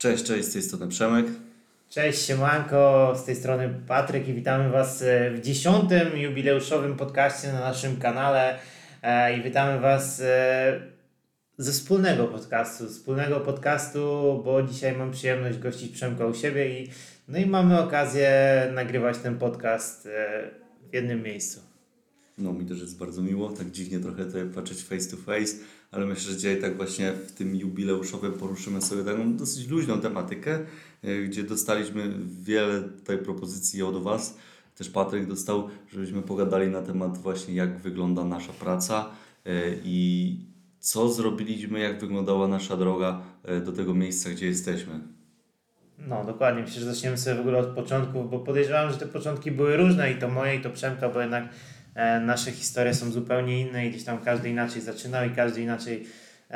Cześć, z tej strony Przemek. Cześć, siemanko, z tej strony Patryk i witamy Was w 10. jubileuszowym podcaście na naszym kanale i witamy Was ze wspólnego podcastu, bo dzisiaj mam przyjemność gościć Przemka u siebie i mamy okazję nagrywać ten podcast w jednym miejscu. No mi też jest bardzo miło, tak dziwnie trochę tutaj patrzeć face to face, ale myślę, że dzisiaj tak właśnie w tym jubileuszowym poruszymy sobie taką dosyć luźną tematykę, gdzie dostaliśmy wiele tutaj propozycji od Was. Też Patryk dostał, żebyśmy pogadali na temat właśnie jak wygląda nasza praca i co zrobiliśmy, jak wyglądała nasza droga do tego miejsca, gdzie jesteśmy. No dokładnie, myślę, że zaczniemy sobie w ogóle od początków, bo podejrzewam, że te początki były różne i to moje i to Przemka, bo jednak nasze historie są zupełnie inne i gdzieś tam każdy inaczej zaczynał i każdy inaczej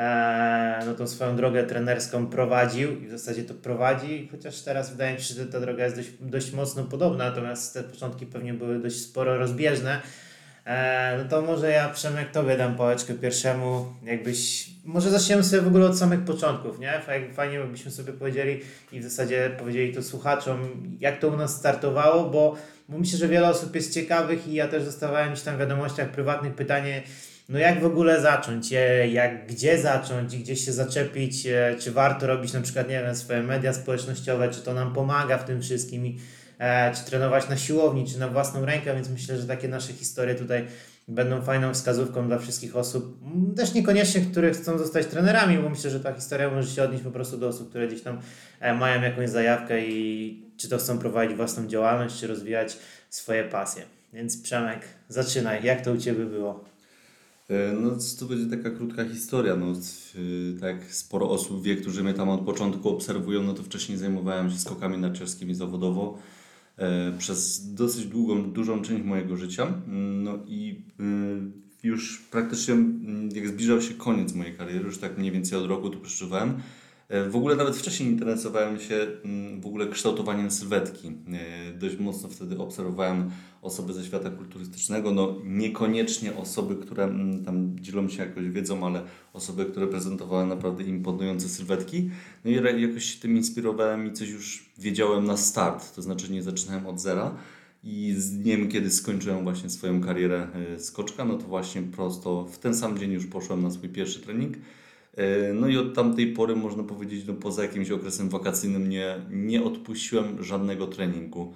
tą swoją drogę trenerską prowadził i w zasadzie to prowadzi, chociaż teraz wydaje mi się, że ta droga jest dość mocno podobna, natomiast te początki pewnie były dość sporo rozbieżne. No to może ja, Przemek, Tobie dam pałeczkę pierwszemu, może zaczniemy sobie w ogóle od samych początków, nie? Fajnie byśmy sobie powiedzieli i w zasadzie powiedzieli to słuchaczom, jak to u nas startowało, bo myślę, że wiele osób jest ciekawych i ja też dostawałem gdzieś tam w wiadomościach prywatnych pytanie, no jak w ogóle zacząć, gdzie zacząć, gdzie się zaczepić, czy warto robić na przykład, nie wiem, swoje media społecznościowe, czy to nam pomaga w tym wszystkim czy trenować na siłowni, czy na własną rękę, więc myślę, że takie nasze historie tutaj będą fajną wskazówką dla wszystkich osób, też niekoniecznie, które chcą zostać trenerami, bo myślę, że ta historia może się odnieść po prostu do osób, które gdzieś tam mają jakąś zajawkę i czy to chcą prowadzić własną działalność, czy rozwijać swoje pasje. Więc Przemek, zaczynaj, jak to u Ciebie było? No to będzie taka krótka historia, tak sporo osób wie, którzy mnie tam od początku obserwują, no to wcześniej zajmowałem się skokami narciarskimi zawodowo przez dosyć dużą część mojego życia, no i już praktycznie jak zbliżał się koniec mojej kariery, już tak mniej więcej od roku tu przeżywałem. W ogóle nawet wcześniej interesowałem się w ogóle kształtowaniem sylwetki. Dość mocno wtedy obserwowałem osoby ze świata kulturystycznego, no niekoniecznie osoby, które tam dzielą się jakoś wiedzą, ale osoby, które prezentowały naprawdę imponujące sylwetki. No i jakoś się tym inspirowałem i coś już wiedziałem na start, to znaczy nie zaczynałem od zera. I z dniem, kiedy skończyłem właśnie swoją karierę skoczka, no to właśnie prosto w ten sam dzień już poszłem na swój pierwszy trening. No i od tamtej pory można powiedzieć, no poza jakimś okresem wakacyjnym nie odpuściłem żadnego treningu.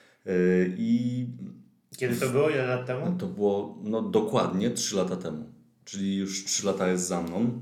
I Kiedy to było? Ile lat temu? to było no, dokładnie 3 lata temu, czyli już 3 lata jest za mną.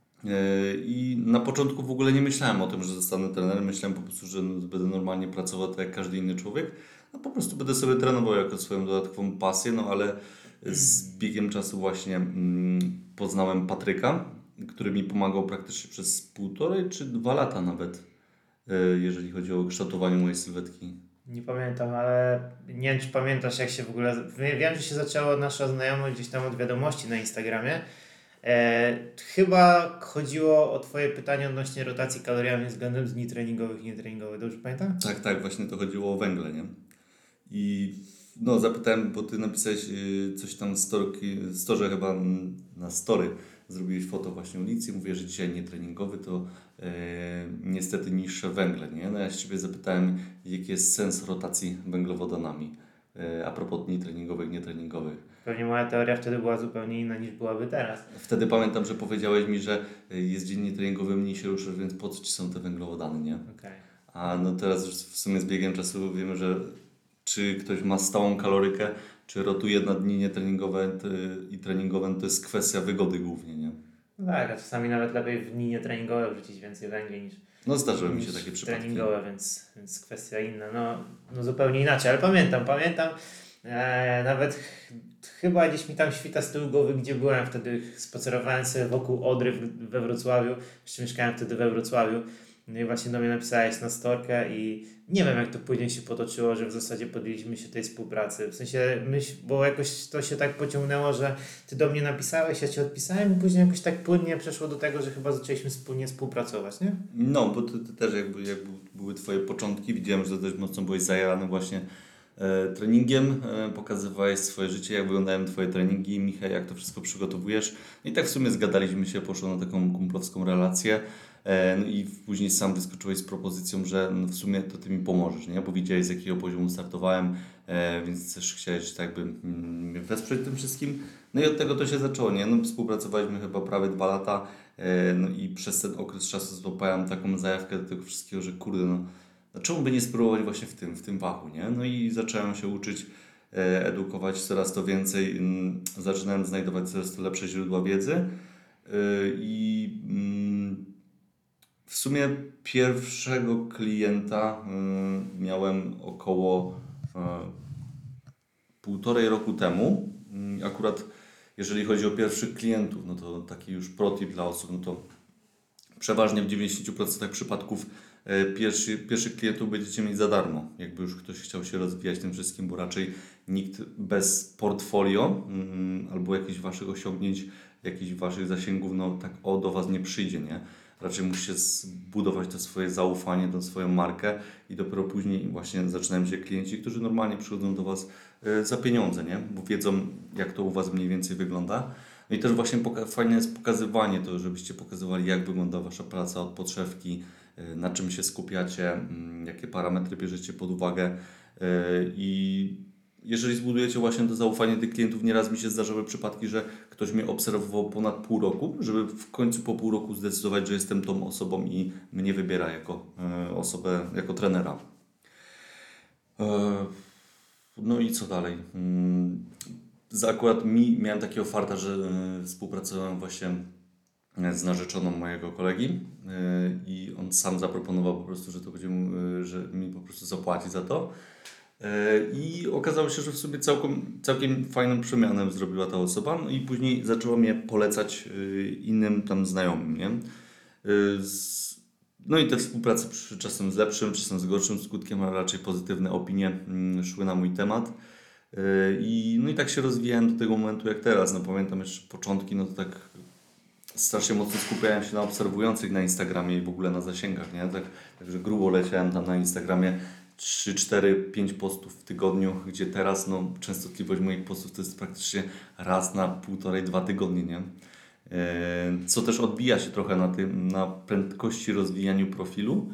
I na początku w ogóle nie myślałem o tym, że zostanę trenerem. Myślałem po prostu, że będę normalnie pracował tak jak każdy inny człowiek. No po prostu będę sobie trenował jako swoją dodatkową pasję, no ale z biegiem czasu właśnie poznałem Patryka, który mi pomagał praktycznie przez 1,5 czy 2 lata nawet, jeżeli chodzi o kształtowanie mojej sylwetki. Nie pamiętam, ale nie wiem, czy pamiętasz, jak się w ogóle... Wiem, że się zaczęła nasza znajomość gdzieś tam od wiadomości na Instagramie. Chyba chodziło o Twoje pytanie odnośnie rotacji kaloriami względem dni treningowych i nietreningowych. Dobrze pamiętam? Tak, właśnie to chodziło o węgle, nie? I no zapytałem, bo Ty napisałeś coś tam w storze chyba na story. Zrobiłeś foto właśnie ulicy, mówię, że dzisiaj nietreningowy to niestety niższe węgle, nie? No ja się Ciebie zapytałem, jaki jest sens rotacji węglowodanami a propos dni treningowych, nietreningowych. Pewnie moja teoria wtedy była zupełnie inna niż byłaby teraz. Wtedy pamiętam, że powiedziałeś mi, że jest dzień nietreningowy, mniej się ruszasz, więc po co Ci są te węglowodany, nie? Okay. A no teraz już w sumie z biegiem czasu wiemy, że czy ktoś ma stałą kalorykę, czy rotuje na dni nietreningowe i treningowe, to jest kwestia wygody głównie, nie? No tak, a czasami nawet lepiej w dni nietreningowe wrzucić więcej węgli niż No zdarzyły mi się takie przypadki. treningowe, więc kwestia inna. No zupełnie inaczej, ale pamiętam. Nawet chyba gdzieś mi tam świta z tyłu głowy, gdzie byłem wtedy, spacerowałem sobie wokół Odry we Wrocławiu, jeszcze mieszkałem wtedy we Wrocławiu. No i właśnie do mnie napisałeś na storkę i nie wiem, jak to później się potoczyło, że w zasadzie podjęliśmy się tej współpracy. W sensie bo jakoś to się tak pociągnęło, że Ty do mnie napisałeś, ja Ci odpisałem i później jakoś tak płynnie przeszło do tego, że chyba zaczęliśmy wspólnie współpracować, nie? No, bo ty też jak były Twoje początki, widziałem, że dość mocno byłeś zajarany właśnie treningiem, pokazywałeś swoje życie, jak wyglądają Twoje treningi, Michał, jak to wszystko przygotowujesz. I tak w sumie zgadaliśmy się, poszło na taką kumplowską relację. No i później sam wyskoczyłeś z propozycją, że no w sumie to ty mi pomożesz, nie? Bo widziałeś, z jakiego poziomu startowałem, więc też chciałeś tak jakby mnie wesprzeć tym wszystkim. No i od tego to się zaczęło, nie? No współpracowaliśmy chyba prawie 2 lata, no i przez ten okres czasu złapałem taką zajawkę do tego wszystkiego, że kurde, no czemu by nie spróbować właśnie w tym fachu, nie? No i zacząłem się uczyć, edukować coraz to więcej, zaczynałem znajdować coraz to lepsze źródła wiedzy, i w sumie pierwszego klienta miałem około 1,5 roku temu. Akurat jeżeli chodzi o pierwszych klientów, no to taki już protip dla osób, no to przeważnie w 90% przypadków pierwszych klientów będziecie mieć za darmo. Jakby już ktoś chciał się rozwijać tym wszystkim, bo raczej nikt bez portfolio albo jakichś waszych osiągnięć, jakichś waszych zasięgów, no tak do was nie przyjdzie, nie? Raczej musicie zbudować to swoje zaufanie, tą swoją markę i dopiero później właśnie zaczynają się klienci, którzy normalnie przychodzą do was za pieniądze, nie? Bo wiedzą, jak to u was mniej więcej wygląda. No i też właśnie fajne jest pokazywanie to, żebyście pokazywali, jak wygląda wasza praca od podszewki, na czym się skupiacie, jakie parametry bierzecie pod uwagę. I jeżeli zbudujecie właśnie to zaufanie tych klientów, nieraz mi się zdarzały przypadki, że ktoś mnie obserwował ponad pół roku, żeby w końcu po pół roku zdecydować, że jestem tą osobą i mnie wybiera jako osobę, jako trenera. No i co dalej? Akurat miałem takiego farta, że współpracowałem właśnie z narzeczoną mojego kolegi i on sam zaproponował po prostu, że to będzie, że mi po prostu zapłaci za to. I okazało się, że w sumie całkiem fajną przemianę zrobiła ta osoba, no i później zaczęła mnie polecać innym tam znajomym, nie? No i te współprace czasem z lepszym, czasem z gorszym skutkiem, ale raczej pozytywne opinie szły na mój temat. No i tak się rozwijałem do tego momentu jak teraz. No pamiętam jeszcze początki, no to tak strasznie mocno skupiałem się na obserwujących na Instagramie i w ogóle na zasięgach, nie? Także grubo leciałem tam na Instagramie 3, 4, 5 postów w tygodniu, gdzie teraz no, częstotliwość moich postów to jest praktycznie raz na 1,5-2 tygodnie, nie? Co też odbija się trochę na prędkości rozwijania profilu,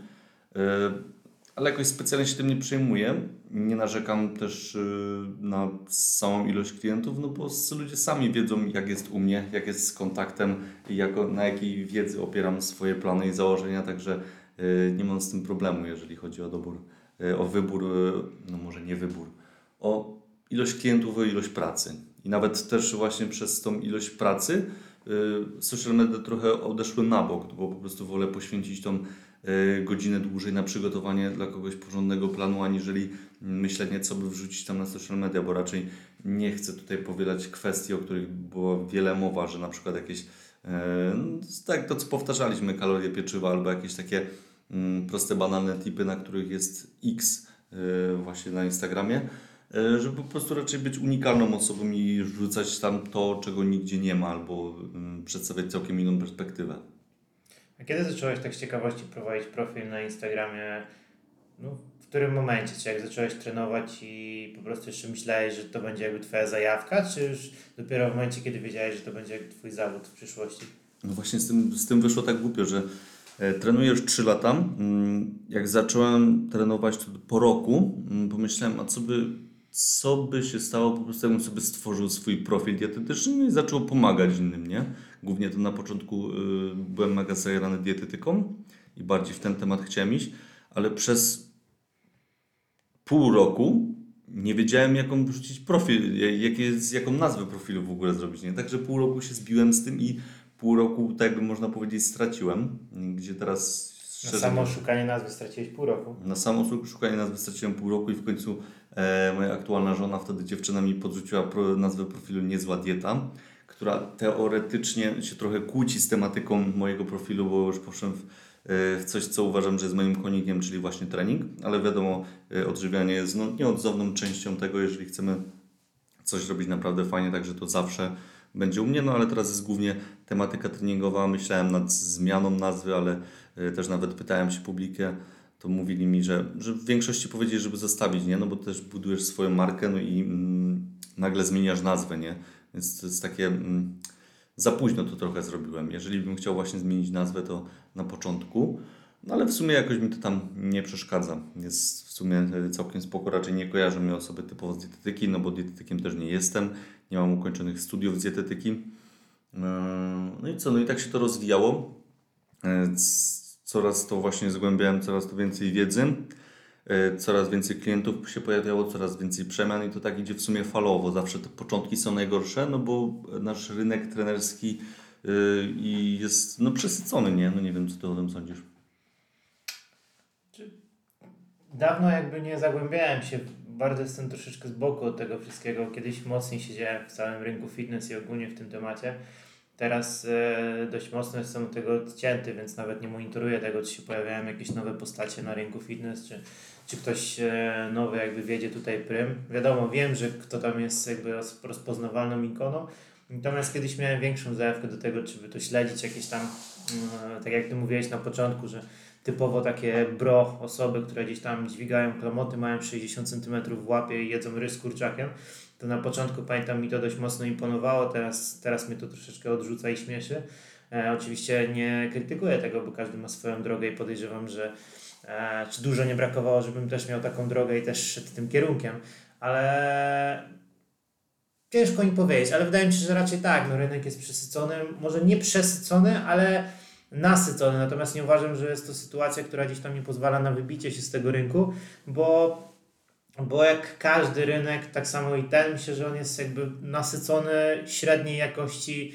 ale jakoś specjalnie się tym nie przejmuję. Nie narzekam też na samą ilość klientów, no bo ludzie sami wiedzą, jak jest u mnie, jak jest z kontaktem i na jakiej wiedzy opieram swoje plany i założenia, także nie mam z tym problemu, jeżeli chodzi o wybór, no może nie wybór, o ilość klientów, o ilość pracy. I nawet też właśnie przez tą ilość pracy social media trochę odeszły na bok, bo po prostu wolę poświęcić tą godzinę dłużej na przygotowanie dla kogoś porządnego planu, aniżeli myślenie, co by wrzucić tam na social media, bo raczej nie chcę tutaj powielać kwestii, o których było wiele mowa, że na przykład jakieś, tak to co powtarzaliśmy, kalorie pieczywa albo jakieś takie proste, banalne tipy, na których jest X właśnie na Instagramie, żeby po prostu raczej być unikalną osobą i rzucać tam to, czego nigdzie nie ma, albo przedstawiać całkiem inną perspektywę. A kiedy zacząłeś tak z ciekawości prowadzić profil na Instagramie? No, w którym momencie? Czy jak zacząłeś trenować i po prostu jeszcze myślałeś, że to będzie jakby twoja zajawka, czy już dopiero w momencie, kiedy wiedziałeś, że to będzie jakby twój zawód w przyszłości? No właśnie z tym wyszło tak głupio, że trenuję już 3 lata. Jak zacząłem trenować to po roku, pomyślałem, a co by się stało, po prostu jakbym sobie stworzył swój profil dietetyczny, no i zaczął pomagać innym, nie? Głównie to na początku byłem mega zajarany dietetyką i bardziej w ten temat chciałem iść, ale przez pół roku nie wiedziałem, jaką wrzucić profil, jaką nazwę profilu w ogóle zrobić, nie? Także pół roku się zbiłem z tym i pół roku, tak jakby można powiedzieć, straciłem, gdzie teraz Na samo szukanie nazwy straciłeś pół roku. na samo szukanie nazwy straciłem pół roku i w końcu moja aktualna żona, wtedy dziewczyna mi podrzuciła nazwę profilu Niezła Dieta, która teoretycznie się trochę kłóci z tematyką mojego profilu, bo już poszedłem w coś, co uważam, że jest moim konikiem, czyli właśnie trening, ale wiadomo, odżywianie jest nieodzowną częścią tego, jeżeli chcemy coś robić naprawdę fajnie, także to zawsze będzie u mnie, no ale teraz jest głównie tematyka treningowa. Myślałem nad zmianą nazwy, ale też nawet pytałem się publikę, to mówili mi, że w większości powiedzieli, żeby zostawić, nie? No bo też budujesz swoją markę, no i nagle zmieniasz nazwę, nie? Więc to jest takie za późno to trochę zrobiłem. Jeżeli bym chciał właśnie zmienić nazwę, to na początku. No ale w sumie jakoś mi to tam nie przeszkadza. Jest w sumie całkiem spoko. Raczej nie kojarzą mnie osoby typowo z dietetyki, no bo dietetykiem też nie jestem. Nie mam ukończonych studiów z dietetyki. No i co? No i tak się to rozwijało. Coraz to właśnie zgłębiałem, coraz to więcej wiedzy. Coraz więcej klientów się pojawiało, coraz więcej przemian i to tak idzie w sumie falowo. Zawsze te początki są najgorsze, no bo nasz rynek trenerski i jest no przesycony, nie? No nie wiem, co ty o tym sądzisz. Dawno jakby nie zagłębiałem się, bardzo jestem troszeczkę z boku od tego wszystkiego. Kiedyś mocniej siedziałem w całym rynku fitness i ogólnie w tym temacie. Teraz dość mocno jestem od tego odcięty, więc nawet nie monitoruję tego, czy się pojawiają jakieś nowe postacie na rynku fitness, czy ktoś nowy jakby wiedzie tutaj prym. Wiadomo, wiem, że kto tam jest jakby rozpoznawalną ikoną, natomiast kiedyś miałem większą zajawkę do tego, czy by to śledzić jakieś tam, tak jak ty mówiłeś na początku, że typowo takie osoby, które gdzieś tam dźwigają klamoty, mają 60 cm w łapie i jedzą ryż z kurczakiem. To na początku pamiętam mi to dość mocno imponowało, teraz mnie to troszeczkę odrzuca i śmieszy. Oczywiście nie krytykuję tego, bo każdy ma swoją drogę i podejrzewam, że czy dużo nie brakowało, żebym też miał taką drogę i też szedł tym kierunkiem, ale ciężko mi powiedzieć, ale wydaje mi się, że raczej tak, no rynek jest przesycony, może nie przesycony, ale nasycony, natomiast nie uważam, że jest to sytuacja, która gdzieś tam nie pozwala na wybicie się z tego rynku, bo jak każdy rynek, tak samo i ten, myślę, że on jest jakby nasycony średniej jakości,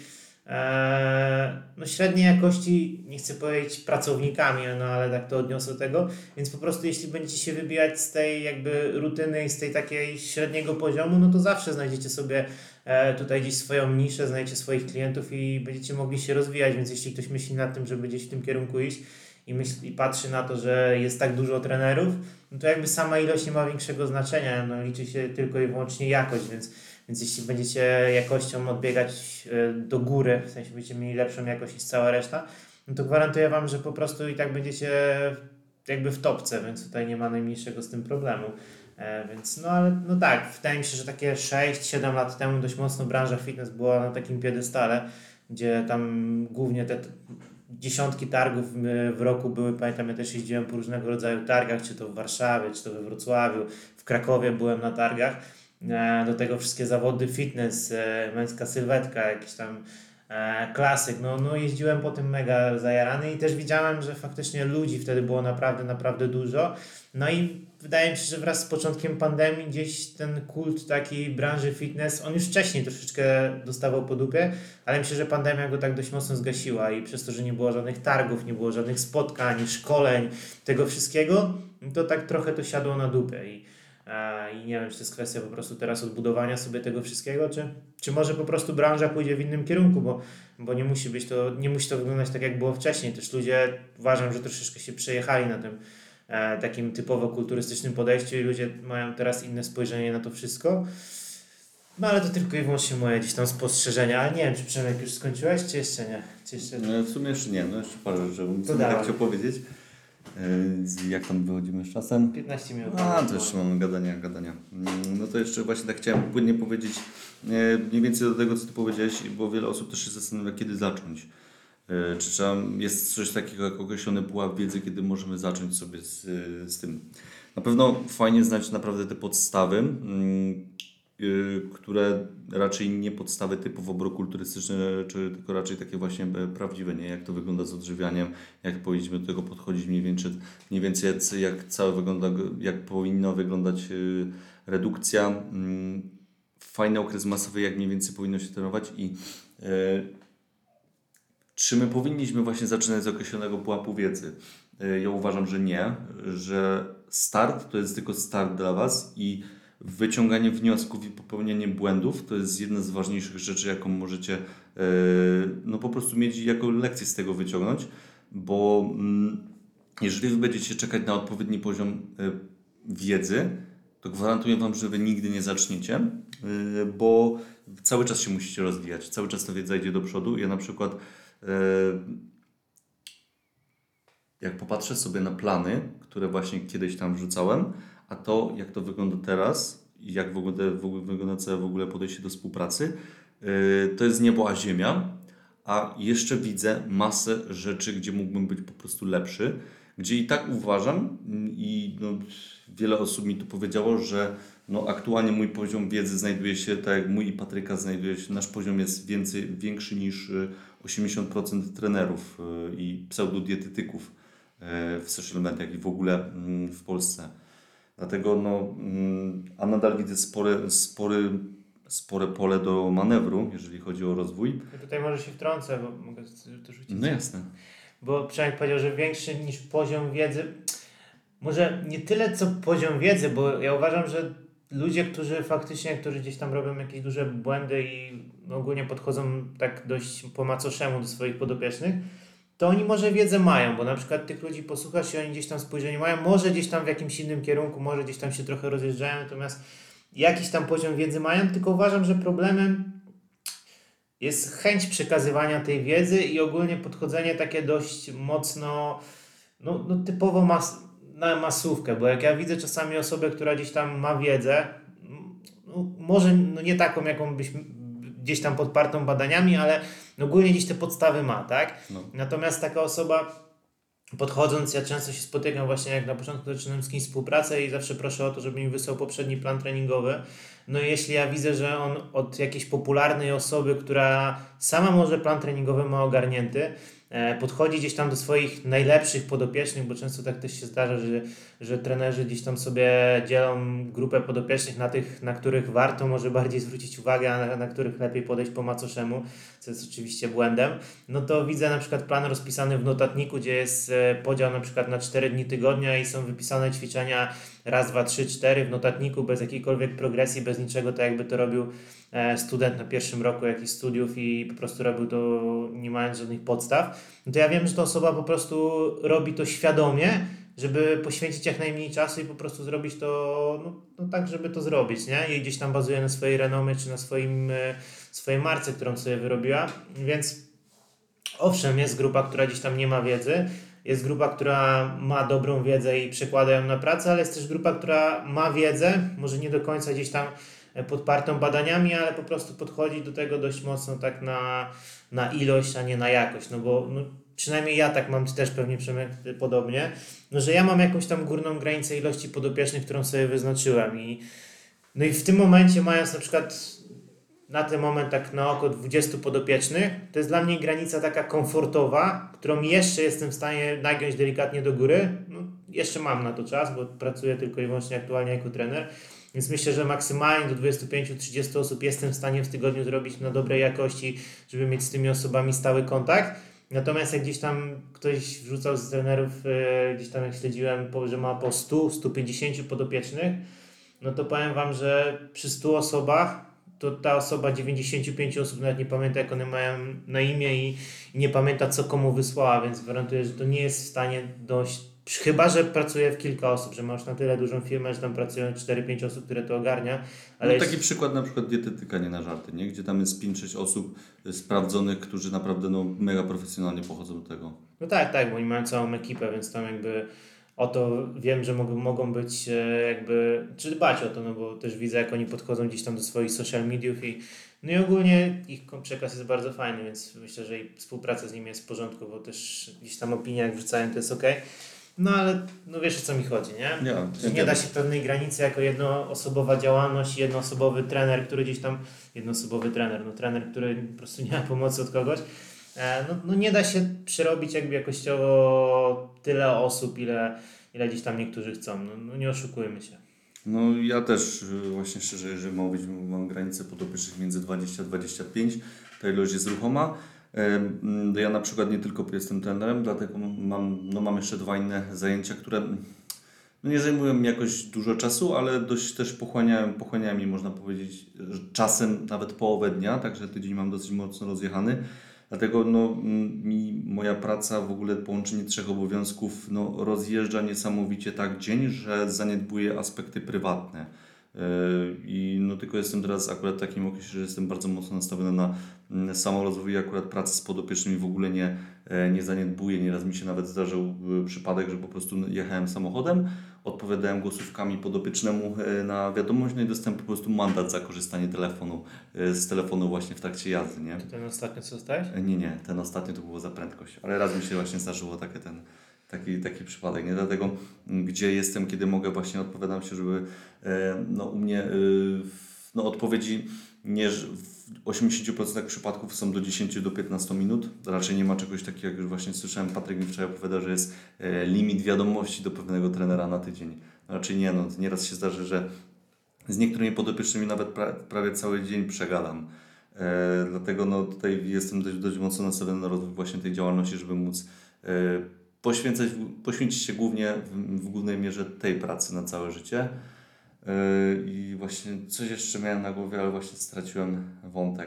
no średniej jakości, nie chcę powiedzieć pracownikami, no ale tak to odniosę do tego, więc po prostu jeśli będziecie się wybijać z tej jakby rutyny i z tej takiej średniego poziomu, no to zawsze znajdziecie sobie tutaj gdzieś swoją niszę, znajdziecie swoich klientów i będziecie mogli się rozwijać, więc jeśli ktoś myśli nad tym, żeby gdzieś w tym kierunku iść i patrzy na to, że jest tak dużo trenerów, no to jakby sama ilość nie ma większego znaczenia, no liczy się tylko i wyłącznie jakość, więc jeśli będziecie jakością odbiegać do góry, w sensie będziecie mieli lepszą jakość niż cała reszta, no to gwarantuję Wam, że po prostu i tak będziecie jakby w topce, więc tutaj nie ma najmniejszego z tym problemu. Więc no ale no tak, wydaje mi się, że takie 6-7 lat temu dość mocno branża fitness była na takim piedestale, gdzie tam głównie te dziesiątki targów w roku były, pamiętam, ja też jeździłem po różnego rodzaju targach, czy to w Warszawie, czy to we Wrocławiu, w Krakowie byłem na targach, do tego wszystkie zawody fitness, męska sylwetka, jakiś tam klasyk, no jeździłem po tym mega zajarany i też widziałem, że faktycznie ludzi wtedy było naprawdę, naprawdę dużo, no i wydaje mi się, że wraz z początkiem pandemii gdzieś ten kult takiej branży fitness, on już wcześniej troszeczkę dostawał po dupie, ale myślę, że pandemia go tak dość mocno zgasiła i przez to, że nie było żadnych targów, nie było żadnych spotkań, szkoleń, tego wszystkiego, to tak trochę to siadło na dupę i nie wiem, czy to jest kwestia po prostu teraz odbudowania sobie tego wszystkiego, czy może po prostu branża pójdzie w innym kierunku, bo nie musi to wyglądać tak, jak było wcześniej. Też ludzie, uważam, że troszeczkę się przejechali na tym takim typowo kulturystycznym podejściu i ludzie mają teraz inne spojrzenie na to wszystko. No ale to tylko i wyłącznie moje gdzieś tam spostrzeżenia, ale nie wiem, czy Przemek już skończyłeś, czy jeszcze nie? No, w sumie jeszcze nie, no jeszcze parę rzeczy bym tak chciał powiedzieć. Jak tam wychodzimy z czasem? 15 minut. To jeszcze mamy gadania. No to jeszcze właśnie tak chciałem płynnie powiedzieć mniej więcej do tego, co ty powiedziałeś, bo wiele osób też się zastanawia, kiedy zacząć. Czy jest coś takiego jak określony pułap wiedzy, kiedy możemy zacząć sobie z tym. Na pewno fajnie znać naprawdę te podstawy, które raczej nie podstawy typowo brokulturystyczne, czy tylko raczej takie właśnie prawdziwe, nie? Jak to wygląda z odżywianiem, jak powinniśmy do tego podchodzić mniej więcej jak jak powinna wyglądać redukcja, fajny okres masowy, jak mniej więcej powinno się trenować i czy my powinniśmy właśnie zaczynać z określonego pułapu wiedzy? Ja uważam, że nie, że start to jest tylko start dla Was i wyciąganie wniosków i popełnianie błędów to jest jedna z ważniejszych rzeczy, jaką możecie no po prostu mieć jako lekcję z tego wyciągnąć, bo jeżeli Wy będziecie czekać na odpowiedni poziom wiedzy, to gwarantuję Wam, że Wy nigdy nie zaczniecie, bo cały czas się musicie rozwijać, cały czas ta wiedza idzie do przodu. Ja na przykład jak popatrzę sobie na plany, które właśnie kiedyś tam wrzucałem, a to jak to wygląda teraz i jak w ogóle wygląda całe podejście do współpracy, to jest niebo a ziemia, a jeszcze widzę masę rzeczy, gdzie mógłbym być po prostu lepszy, gdzie i tak uważam i no, wiele osób mi tu powiedziało, że no, aktualnie mój poziom wiedzy znajduje się, tak jak mój i Patryka znajduje się, nasz poziom jest większy niż 80% trenerów i pseudodietetyków w social mediach i w ogóle w Polsce. Dlatego no, a nadal widzę spore pole do manewru, jeżeli chodzi o rozwój. Ja tutaj może się wtrącę, bo mogę to rzucić. No jasne. Bo Przemek powiedział, że większy niż poziom wiedzy. Może nie tyle co poziom wiedzy, bo ja uważam, że ludzie, którzy gdzieś tam robią jakieś duże błędy i ogólnie podchodzą tak dość po macoszemu do swoich podopiecznych, to oni może wiedzę mają, bo na przykład tych ludzi posłuchasz i oni gdzieś tam spojrzenie mają, może gdzieś tam w jakimś innym kierunku, może gdzieś tam się trochę rozjeżdżają, natomiast jakiś tam poziom wiedzy mają, tylko uważam, że problemem jest chęć przekazywania tej wiedzy i ogólnie podchodzenie takie dość mocno, typowo na masówkę, bo jak ja widzę czasami osobę, która gdzieś tam ma wiedzę, może nie taką, jaką byśmy gdzieś tam podpartą badaniami, ale ogólnie gdzieś te podstawy ma, tak? No. Natomiast taka osoba podchodząc, ja często się spotykam właśnie jak na początku zaczynam z kimś współpracę i zawsze proszę o to, żeby mi wysłał poprzedni plan treningowy. No i jeśli ja widzę, że on od jakiejś popularnej osoby, która sama może plan treningowy ma ogarnięty, podchodzi gdzieś tam do swoich najlepszych podopiecznych, bo często tak też się zdarza, że trenerzy gdzieś tam sobie dzielą grupę podopiecznych na tych, na których warto może bardziej zwrócić uwagę, a na których lepiej podejść po macoszemu, co jest oczywiście błędem. No to widzę na przykład plan rozpisany w notatniku, gdzie jest podział na przykład na 4 dni tygodnia i są wypisane ćwiczenia raz, dwa, trzy, cztery w notatniku bez jakiejkolwiek progresji, bez niczego, tak jakby to robił student na pierwszym roku jakichś studiów i po prostu robił to nie mając żadnych podstaw, no to ja wiem, że ta osoba po prostu robi to świadomie, żeby poświęcić jak najmniej czasu i po prostu zrobić to tak, żeby to zrobić, nie? I gdzieś tam bazuje na swojej renomie czy na swojej marce, którą sobie wyrobiła, więc owszem, jest grupa, która gdzieś tam nie ma wiedzy, jest grupa, która ma dobrą wiedzę i przekłada ją na pracę, ale jest też grupa, która ma wiedzę, może nie do końca gdzieś tam podpartą badaniami, ale po prostu podchodzi do tego dość mocno tak na ilość, a nie na jakość, no bo przynajmniej ja tak mam, ty też pewnie Przemek podobnie, no że ja mam jakąś tam górną granicę ilości podopiecznych, którą sobie wyznaczyłem i w tym momencie mając na przykład na ten moment tak na oko 20 podopiecznych, to jest dla mnie granica taka komfortowa, którą jeszcze jestem w stanie nagiąć delikatnie do góry. Jeszcze mam na to czas, bo pracuję tylko i wyłącznie aktualnie jako trener, więc myślę, że maksymalnie do 25-30 osób jestem w stanie w tygodniu zrobić na dobrej jakości, żeby mieć z tymi osobami stały kontakt. Natomiast jak gdzieś tam ktoś wrzucał z trenerów, gdzieś tam jak śledziłem, że ma po 100-150 podopiecznych, no to powiem Wam, że przy 100 osobach to ta osoba 95 osób nawet nie pamięta, jak one mają na imię i nie pamięta, co komu wysłała, więc gwarantuję, że to nie jest w stanie dojść, chyba że pracuje w kilka osób, że masz na tyle dużą firmę, że tam pracują 4-5 osób, które to ogarnia. Ale taki przykład na przykład dietetyka, nie na żarty, nie? Gdzie tam jest 5-6 osób sprawdzonych, którzy naprawdę mega profesjonalnie pochodzą do tego. No tak, bo oni mają całą ekipę, więc tam jakby o to wiem, że mogą być czy dbać o to, no bo też widzę, jak oni podchodzą gdzieś tam do swoich social mediów i ogólnie ich przekaz jest bardzo fajny, więc myślę, że i współpraca z nimi jest w porządku, bo też gdzieś tam opinie jak wrzucają, to jest okej. No ale wiesz, o co mi chodzi, nie? Nie da się pewnej granicy jako jednoosobowa działalność, jednoosobowy trener, który gdzieś tam, trener, który po prostu nie ma pomocy od kogoś, nie da się przerobić jakby jakościowo tyle osób, ile gdzieś tam niektórzy chcą. Nie oszukujmy się. Ja też właśnie szczerze, jeżeli mam granicę podopiecznych między 20-25, ta ilość jest ruchoma. Ja na przykład nie tylko jestem trenerem, dlatego mam jeszcze 2 inne zajęcia, które nie zajmują mi jakoś dużo czasu, ale dość też pochłaniają mi, można powiedzieć, czasem nawet połowę dnia, także tydzień mam dosyć mocno rozjechany. Dlatego moja praca, w ogóle połączenie 3 obowiązków rozjeżdża niesamowicie tak dzień, że zaniedbuję aspekty prywatne. I no tylko jestem teraz akurat w takim okresie, że jestem bardzo mocno nastawiony na samorozwój i akurat pracy z podopiecznymi w ogóle nie zaniedbuję. Nieraz mi się nawet zdarzył przypadek, że po prostu jechałem samochodem, odpowiadałem głosówkami podopiecznemu na wiadomość, no i dostałem po prostu mandat za korzystanie z telefonu właśnie w trakcie jazdy, nie? To ten ostatnio co dostałeś? Nie, ten ostatni to było za prędkość, ale raz mi się właśnie zdarzyło taki przypadek, nie? Dlatego gdzie jestem, kiedy mogę, właśnie odpowiadam się, żeby no u mnie no odpowiedzi nie, w 80% przypadków są do 10 do 15 minut. Raczej nie ma czegoś takiego, jak już właśnie słyszałem, Patryk mi wczoraj opowiadał, że jest limit wiadomości do pewnego trenera na tydzień. Raczej nie, no nieraz się zdarzy, że z niektórymi podopiecznymi nawet prawie cały dzień przegadam. Dlatego no tutaj jestem dość mocno nastawiony na rozwój właśnie tej działalności, żeby móc poświęcić się głównie w głównej mierze tej pracy na całe życie. I właśnie coś jeszcze miałem na głowie, ale właśnie straciłem wątek.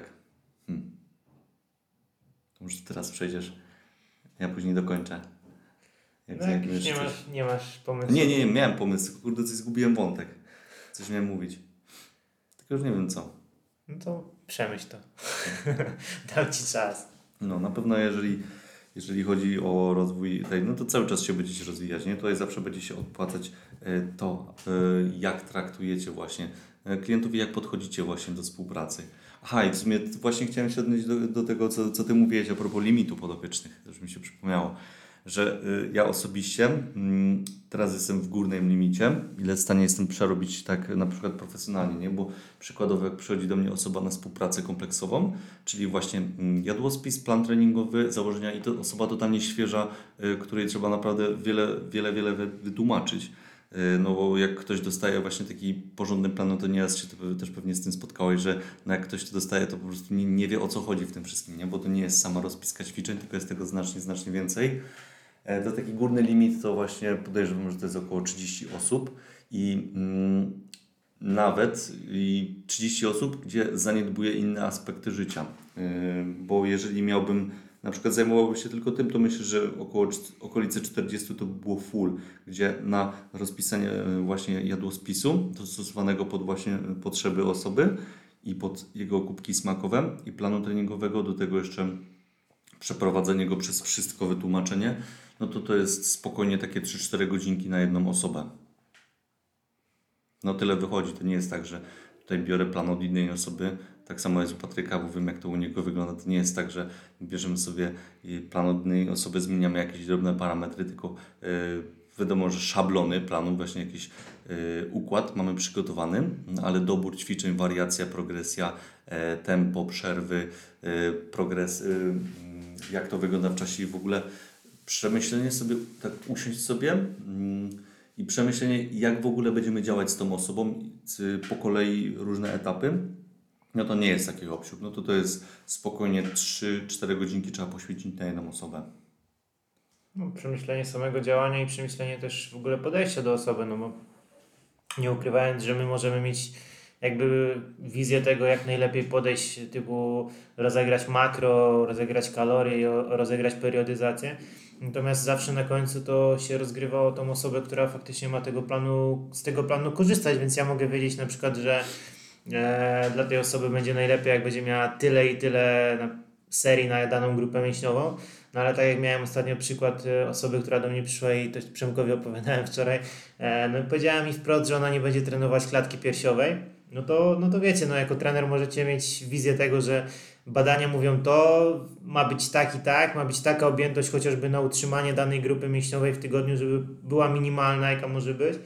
To może teraz przejdziesz. Ja później dokończę. No jakiś nie masz pomysłu. Nie, miałem pomysł. Kurde, coś zgubiłem wątek. Coś miałem mówić. Tylko już nie wiem co. No to przemyśl to. Dam Ci czas. No na pewno jeżeli chodzi o rozwój tej, no to cały czas się będziecie rozwijać, nie? Tutaj zawsze będzie się opłacać to, jak traktujecie właśnie klientów i jak podchodzicie właśnie do współpracy. Aha, i w sumie właśnie chciałem się odnieść do tego, co Ty mówiłeś a propos limitu podopiecznych, też mi się przypomniało, że ja osobiście teraz jestem w górnym limicie, ile w stanie jestem przerobić tak na przykład profesjonalnie, nie? Bo przykładowo jak przychodzi do mnie osoba na współpracę kompleksową, czyli właśnie jadłospis, plan treningowy, założenia i to osoba totalnie świeża, której trzeba naprawdę wiele wytłumaczyć. No bo jak ktoś dostaje właśnie taki porządny plan, no to nieraz się też pewnie z tym spotkałeś, że no jak ktoś to dostaje, to po prostu nie wie o co chodzi w tym wszystkim, nie? Bo to nie jest sama rozpiska ćwiczeń, tylko jest tego znacznie więcej. To taki górny limit to właśnie podejrzewam, że to jest około 30 osób i nawet 30 osób, gdzie zaniedbuję inne aspekty życia. Bo jeżeli miałbym, na przykład zajmowałbym się tylko tym, to myślę, że okolice 40 to by było full, gdzie na rozpisanie właśnie jadłospisu dostosowanego pod właśnie potrzeby osoby i pod jego kubki smakowe i planu treningowego, do tego jeszcze przeprowadzenie go przez wszystko, wytłumaczenie, no to jest spokojnie takie 3-4 godzinki na jedną osobę. No tyle wychodzi, to nie jest tak, że tutaj biorę plan od innej osoby, tak samo jest u Patryka, bo wiem jak to u niego wygląda, to nie jest tak, że bierzemy sobie plan od innej osoby, zmieniamy jakieś drobne parametry, tylko wiadomo, że szablony planu, właśnie jakiś układ mamy przygotowany, ale dobór ćwiczeń, wariacja, progresja, tempo, przerwy, jak to wygląda w czasie i w ogóle przemyślenie sobie, tak usiąść sobie i przemyślenie, jak w ogóle będziemy działać z tą osobą po kolei różne etapy, no to nie jest taki obsiłek. No to jest spokojnie 3-4 godzinki trzeba poświęcić na jedną osobę. No, przemyślenie samego działania i przemyślenie też w ogóle podejścia do osoby, no bo nie ukrywając, że my możemy mieć jakby wizję tego, jak najlepiej podejść, typu rozegrać makro, rozegrać kalorie i rozegrać periodyzację. Natomiast zawsze na końcu to się rozgrywa o tą osobę, która faktycznie ma z tego planu korzystać, więc ja mogę wiedzieć na przykład, że dla tej osoby będzie najlepiej, jak będzie miała tyle i tyle serii na daną grupę mięśniową. No ale tak jak miałem ostatnio przykład osoby, która do mnie przyszła i też Przemkowi opowiadałem wczoraj, no i powiedziała mi wprost, że ona nie będzie trenować klatki piersiowej. No to wiecie, no jako trener możecie mieć wizję tego, że badania mówią to, ma być tak i tak, ma być taka objętość chociażby na utrzymanie danej grupy mięśniowej w tygodniu, żeby była minimalna, jaka może być.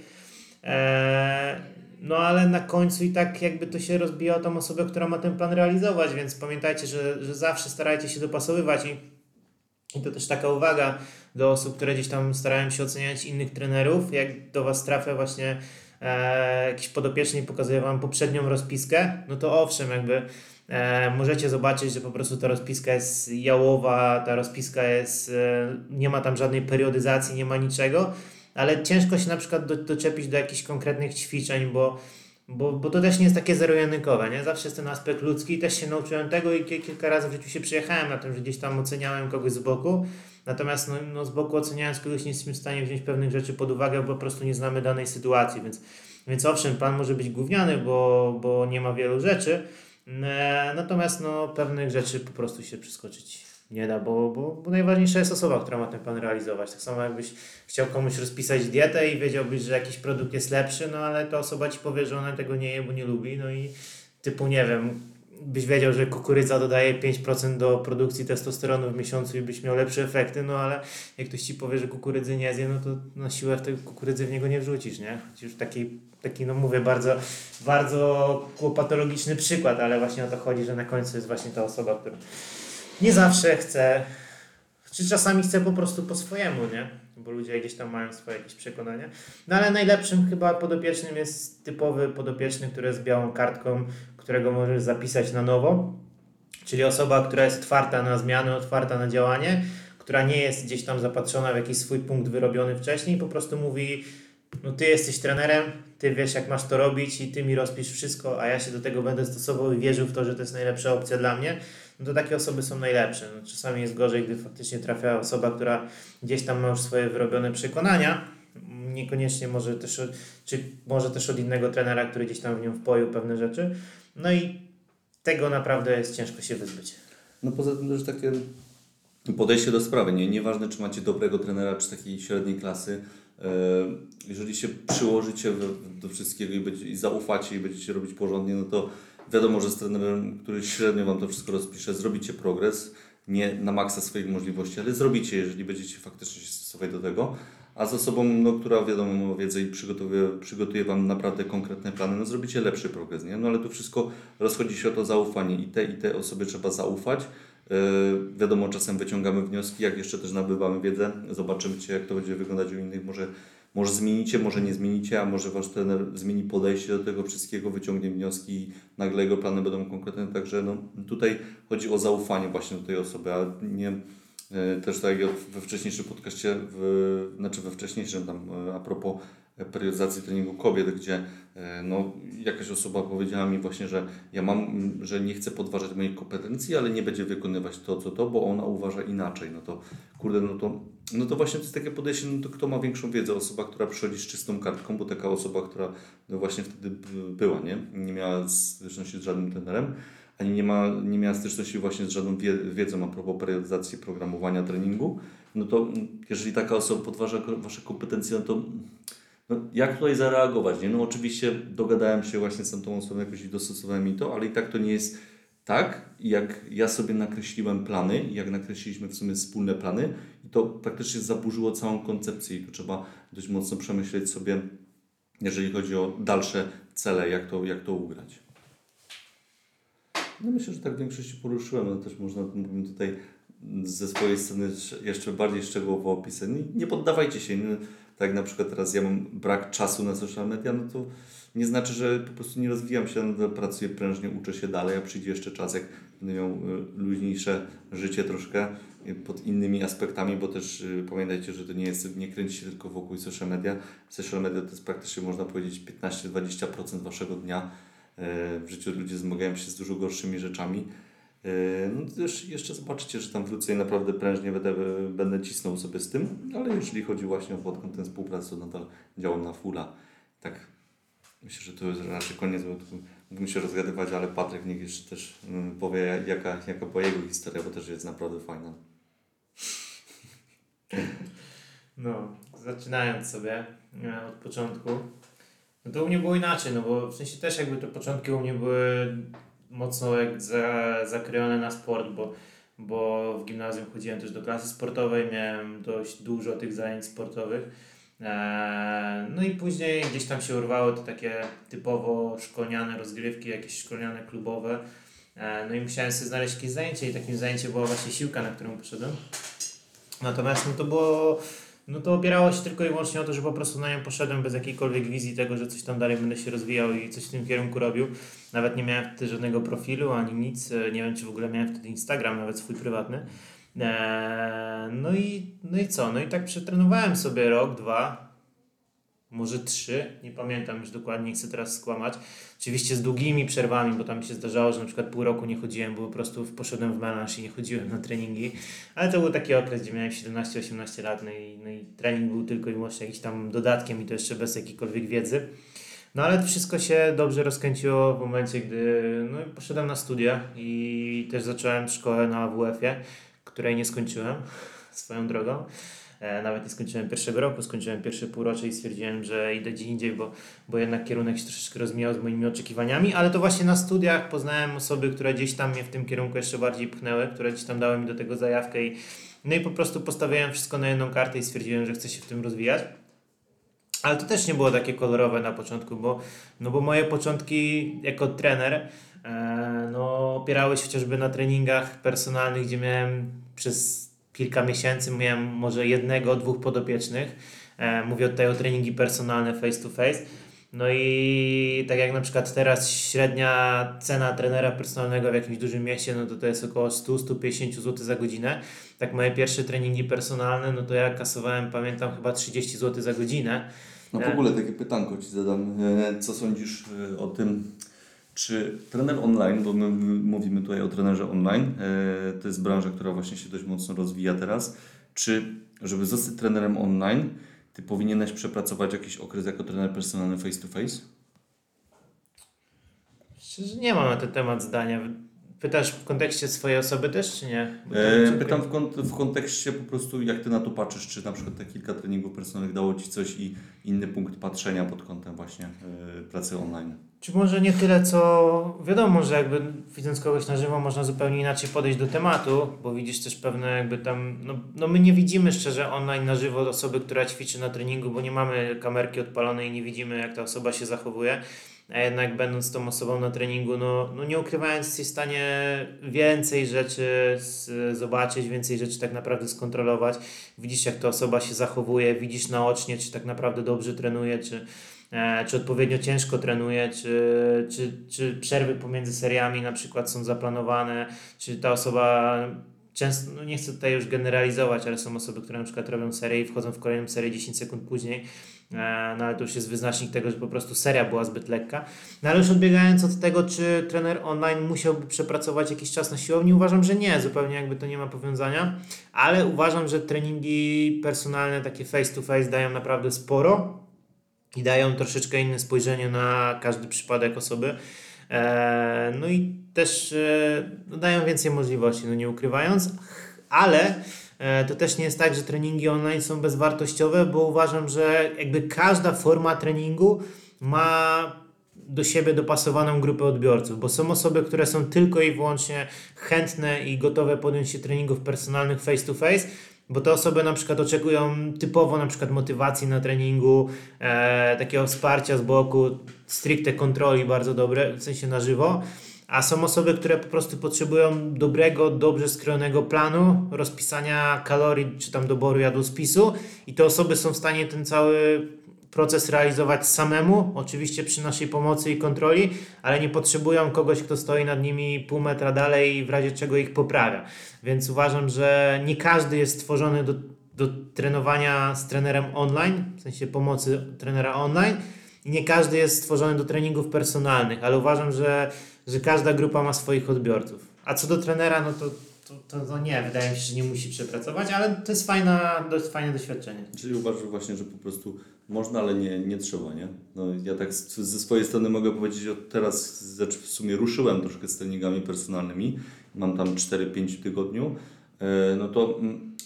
No ale na końcu i tak jakby to się rozbija o tą osobę, która ma ten plan realizować, więc pamiętajcie, że zawsze starajcie się dopasowywać i to też taka uwaga do osób, które gdzieś tam starają się oceniać innych trenerów, jak do Was trafia właśnie jakiś podopieczny i pokazuje Wam poprzednią rozpiskę, no to owszem, jakby możecie zobaczyć, że po prostu ta rozpiska jest jałowa, ta rozpiska jest, nie ma tam żadnej periodyzacji, nie ma niczego, ale ciężko się na przykład doczepić do jakichś konkretnych ćwiczeń, bo to też nie jest takie zero-jedynkowe, nie? Zawsze jest ten aspekt ludzki i też się nauczyłem tego i kilka razy w życiu się przyjechałem na tym, że gdzieś tam oceniałem kogoś z boku, Natomiast no z boku oceniając kogoś nie jesteśmy w stanie wziąć pewnych rzeczy pod uwagę, bo po prostu nie znamy danej sytuacji, więc owszem, plan może być gówniany, bo nie ma wielu rzeczy, natomiast no pewnych rzeczy po prostu się przeskoczyć nie da, bo najważniejsza jest osoba, która ma ten plan realizować. Tak samo jakbyś chciał komuś rozpisać dietę i wiedziałbyś, że jakiś produkt jest lepszy, no ale ta osoba ci powie, że ona tego nie je, bo nie lubi, no i typu nie wiem, byś wiedział, że kukurydza dodaje 5% do produkcji testosteronu w miesiącu i byś miał lepsze efekty, no ale jak ktoś ci powie, że kukurydzy nie zje, no to na siłę w tej kukurydzy w niego nie wrzucisz, nie? Już taki no mówię, bardzo, bardzo patologiczny przykład, ale właśnie o to chodzi, że na końcu jest właśnie ta osoba, która nie zawsze chce, czy czasami chce po prostu po swojemu, nie? Bo ludzie gdzieś tam mają swoje jakieś przekonania. No ale najlepszym chyba podopiecznym jest typowy podopieczny, który jest białą kartką, którego możesz zapisać na nowo. Czyli osoba, która jest otwarta na zmiany, otwarta na działanie, która nie jest gdzieś tam zapatrzona w jakiś swój punkt wyrobiony wcześniej, po prostu mówi, no ty jesteś trenerem, ty wiesz jak masz to robić i ty mi rozpisz wszystko, a ja się do tego będę stosował i wierzył w to, że to jest najlepsza opcja dla mnie. No to takie osoby są najlepsze. No, czasami jest gorzej, gdy faktycznie trafia osoba, która gdzieś tam ma już swoje wyrobione przekonania, niekoniecznie może też od innego trenera, który gdzieś tam w nią wpoił pewne rzeczy. No i tego naprawdę jest ciężko się wyzbyć. No poza tym też takie podejście do sprawy, nieważne czy macie dobrego trenera, czy takiej średniej klasy, jeżeli się przyłożycie do wszystkiego i zaufacie i będziecie robić porządnie, no to wiadomo, że z trenerem, który średnio Wam to wszystko rozpisze, zrobicie progres, nie na maksa swoich możliwości, ale zrobicie, jeżeli będziecie faktycznie się stosować do tego. A z osobą, no, która wiadomo ma wiedzę i przygotuje Wam naprawdę konkretne plany, no zrobicie lepszy progres, nie? No ale tu wszystko rozchodzi się o to zaufanie i te osoby trzeba zaufać. Wiadomo, czasem wyciągamy wnioski, jak jeszcze też nabywamy wiedzę, zobaczymy, jak to będzie wyglądać u innych, może zmienicie, może nie zmienicie, a może Wasz trener zmieni podejście do tego wszystkiego, wyciągnie wnioski i nagle jego plany będą konkretne, także no, tutaj chodzi o zaufanie właśnie do tej osoby, a nie też tak jak we wcześniejszym podcaście, znaczy we wcześniejszym tam a propos periodyzacji treningu kobiet, gdzie no, jakaś osoba powiedziała mi właśnie, że nie chce podważać moich kompetencji, ale nie będzie wykonywać to, bo ona uważa inaczej. No to kurde, no to właśnie to jest takie podejście, no to kto ma większą wiedzę? Osoba, która przychodzi z czystą kartką, bo taka osoba, która no właśnie wtedy była, nie miała styczności z żadnym trenerem, ani nie miała styczności właśnie z żadną wiedzą a propos periodyzacji programowania treningu, no to jeżeli taka osoba podważa Wasze kompetencje, no to no, jak tutaj zareagować, nie? No oczywiście dogadałem się właśnie z tą osobą jakoś i dostosowałem mi to, ale i tak to nie jest tak, jak ja sobie nakreśliłem plany, jak nakreśliliśmy w sumie wspólne plany i to praktycznie zaburzyło całą koncepcję i tu trzeba dość mocno przemyśleć sobie, jeżeli chodzi o dalsze cele, jak to ugrać. No myślę, że tak w większości poruszyłem, ale też można tutaj ze swojej strony jeszcze bardziej szczegółowo opisać. Nie poddawajcie się. Nie? Tak jak na przykład teraz ja mam brak czasu na social media, no to nie znaczy, że po prostu nie rozwijam się, no pracuję prężnie, uczę się dalej, a przyjdzie jeszcze czas, jak będę miał luźniejsze życie troszkę pod innymi aspektami, bo też pamiętajcie, że to nie kręci się tylko wokół social media. Social media to jest praktycznie, można powiedzieć, 15-20% Waszego dnia. W życiu ludzie zmagają się z dużo gorszymi rzeczami. No też jeszcze zobaczycie, że tam wrócę i naprawdę prężnie będę cisnął sobie z tym, ale jeżeli chodzi właśnie o pod kątem współpracy, to nadal działam na fulla. Tak, myślę, że to jest raczej koniec, bo mógłbym się rozgadywać, ale Patryk niech jeszcze też powie, jaka była jego historia, bo też jest naprawdę fajna. No, zaczynając sobie od początku, no to u mnie było inaczej, no bo w sensie też jakby te początki u mnie były mocno zakrojone na sport, bo w gimnazjum chodziłem też do klasy sportowej, miałem dość dużo tych zajęć sportowych. No i później gdzieś tam się urwały te takie typowo szkolniane rozgrywki, jakieś szkolniane klubowe. No i musiałem sobie znaleźć jakieś zajęcie i takim zajęciem była właśnie siłka, na którą poszedłem. Natomiast no to opierało się tylko i wyłącznie o to, że po prostu na nią poszedłem bez jakiejkolwiek wizji tego, że coś tam dalej będę się rozwijał i coś w tym kierunku robił. Nawet nie miałem wtedy żadnego profilu ani nic. Nie wiem, czy w ogóle miałem wtedy Instagram, nawet swój prywatny. No i co? No i tak przetrenowałem sobie rok, dwa. może 3, nie pamiętam już dokładnie, nie chcę teraz skłamać. Oczywiście z długimi przerwami, bo tam się zdarzało, że na przykład pół roku nie chodziłem, bo po prostu poszedłem w melanż i nie chodziłem na treningi. Ale to był taki okres, gdzie miałem 17-18 lat, no i trening był tylko i wyłącznie jakimś tam dodatkiem i to jeszcze bez jakiejkolwiek wiedzy. No ale wszystko się dobrze rozkręciło w momencie, gdy no, poszedłem na studia i też zacząłem szkołę na AWF-ie, której nie skończyłem swoją drogą. Nawet nie skończyłem pierwszego roku, skończyłem pierwsze półrocze i stwierdziłem, że idę gdzie indziej, bo jednak kierunek się troszeczkę rozmijał z moimi oczekiwaniami, ale to właśnie na studiach poznałem osoby, które gdzieś tam mnie w tym kierunku jeszcze bardziej pchnęły, które gdzieś tam dały mi do tego zajawkę no i po prostu postawiłem wszystko na jedną kartę i stwierdziłem, że chcę się w tym rozwijać. Ale to też nie było takie kolorowe na początku, bo moje początki jako trener no, opierały się chociażby na treningach personalnych, gdzie miałem przez kilka miesięcy, miałem może 1-2 podopiecznych. Mówię tutaj o treningi personalne face to face. No i tak jak na przykład teraz średnia cena trenera personalnego w jakimś dużym mieście, no to jest około 100-150 zł za godzinę. Tak moje pierwsze treningi personalne, no to ja kasowałem, pamiętam, chyba 30 zł za godzinę. No w ogóle takie pytanko Ci zadam. Co sądzisz o tym, czy trener online, bo my mówimy tutaj o trenerze online, to jest branża, która właśnie się dość mocno rozwija teraz, czy żeby zostać trenerem online, Ty powinieneś przepracować jakiś okres jako trener personalny face to face? Szczerze nie mam na ten temat zdania. Pytasz w kontekście swojej osoby też, czy nie? Bo to Pytam w kontekście po prostu, jak Ty na to patrzysz, czy na przykład te kilka treningów personalnych dało Ci coś i inny punkt patrzenia pod kątem właśnie pracy online. Czy może nie tyle, co wiadomo, że jakby widząc kogoś na żywo można zupełnie inaczej podejść do tematu, bo widzisz też pewne jakby tam, no my nie widzimy szczerze online na żywo osoby, która ćwiczy na treningu, bo nie mamy kamerki odpalonej i nie widzimy, jak ta osoba się zachowuje, a jednak będąc tą osobą na treningu, no nie ukrywając, jesteś w stanie więcej rzeczy zobaczyć, więcej rzeczy tak naprawdę skontrolować. Widzisz, jak ta osoba się zachowuje, widzisz naocznie, czy tak naprawdę dobrze trenuje, czy odpowiednio ciężko trenuje, czy przerwy pomiędzy seriami na przykład są zaplanowane, czy ta osoba często, no nie chcę tutaj już generalizować, ale są osoby, które na przykład robią serię i wchodzą w kolejną serię 10 sekund później, no ale to już jest wyznacznik tego, że po prostu seria była zbyt lekka. No ale już odbiegając od tego, czy trener online musiałby przepracować jakiś czas na siłowni, uważam, że nie, zupełnie jakby to nie ma powiązania, ale uważam, że treningi personalne, takie face to face dają naprawdę sporo i dają troszeczkę inne spojrzenie na każdy przypadek osoby. No i też dają więcej możliwości, no nie ukrywając, ale to też nie jest tak, że treningi online są bezwartościowe, bo uważam, że jakby każda forma treningu ma do siebie dopasowaną grupę odbiorców, bo są osoby, które są tylko i wyłącznie chętne i gotowe podjąć się treningów personalnych face to face, bo te osoby na przykład oczekują typowo na przykład motywacji na treningu, takiego wsparcia z boku, stricte kontroli bardzo dobre, w sensie na żywo, a są osoby, które po prostu potrzebują dobrego, dobrze skrojonego planu, rozpisania kalorii czy tam doboru jadłospisu i te osoby są w stanie ten cały proces realizować samemu, oczywiście przy naszej pomocy i kontroli, ale nie potrzebują kogoś, kto stoi nad nimi pół metra dalej i w razie czego ich poprawia. Więc uważam, że nie każdy jest stworzony do trenowania z trenerem online, w sensie pomocy trenera online i nie każdy jest stworzony do treningów personalnych, ale uważam, że każda grupa ma swoich odbiorców. A co do trenera, no to nie, wydaje mi się, że nie musi przepracować, ale to jest fajne doświadczenie. Czyli uważasz właśnie, że po prostu można, ale nie trzeba, nie? No, ja tak ze swojej strony mogę powiedzieć, że teraz w sumie ruszyłem troszkę z treningami personalnymi, mam tam 4-5 w tygodniu, no to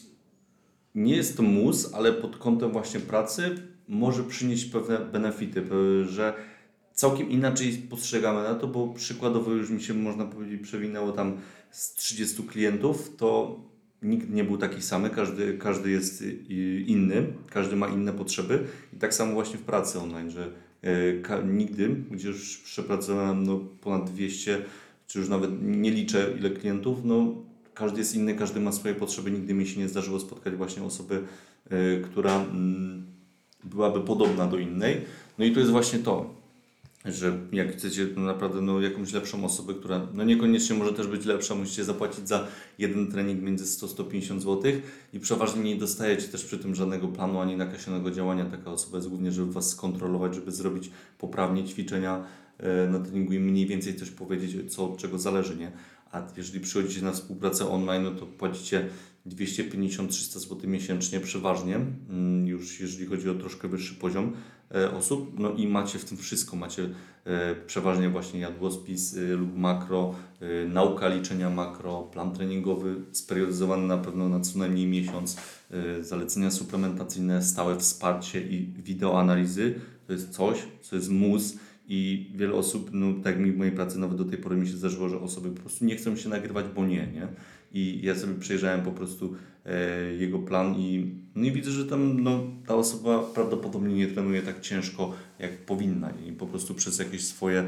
nie jest to mus, ale pod kątem właśnie pracy może przynieść pewne benefity, że całkiem inaczej postrzegamy na to, bo przykładowo już mi się, można powiedzieć, przewinęło tam z 30 klientów, to nikt nie był taki sam, każdy jest inny, każdy ma inne potrzeby i tak samo właśnie w pracy online, że nigdy, gdzie już przepracowałem ponad 200, czy już nawet nie liczę ile klientów, każdy jest inny, każdy ma swoje potrzeby, nigdy mi się nie zdarzyło spotkać właśnie osoby, która byłaby podobna do innej. No i to jest właśnie to. że jak chcecie naprawdę jakąś lepszą osobę, która niekoniecznie może też być lepsza, musicie zapłacić za jeden trening między 100-150 zł i przeważnie nie dostajecie też przy tym żadnego planu ani nakreślonego działania. Taka osoba jest głównie, żeby Was skontrolować, żeby zrobić poprawnie ćwiczenia na treningu i mniej więcej coś powiedzieć, co od czego zależy, nie? A jeżeli przychodzicie na współpracę online, no to płacicie 250-300 zł miesięcznie przeważnie, już jeżeli chodzi o troszkę wyższy poziom osób, no i macie w tym wszystko, macie przeważnie właśnie jadłospis lub makro, nauka liczenia makro, plan treningowy speriodyzowany na pewno na co najmniej miesiąc, zalecenia suplementacyjne, stałe wsparcie i wideoanalizy, to jest coś, co jest mus. I wiele osób, tak jak mi w mojej pracy nawet do tej pory mi się zdarzyło, że osoby po prostu nie chcą się nagrywać, bo nie? I ja sobie przejrzałem po prostu jego plan i widzę, że tam ta osoba prawdopodobnie nie trenuje tak ciężko, jak powinna i po prostu przez jakieś swoje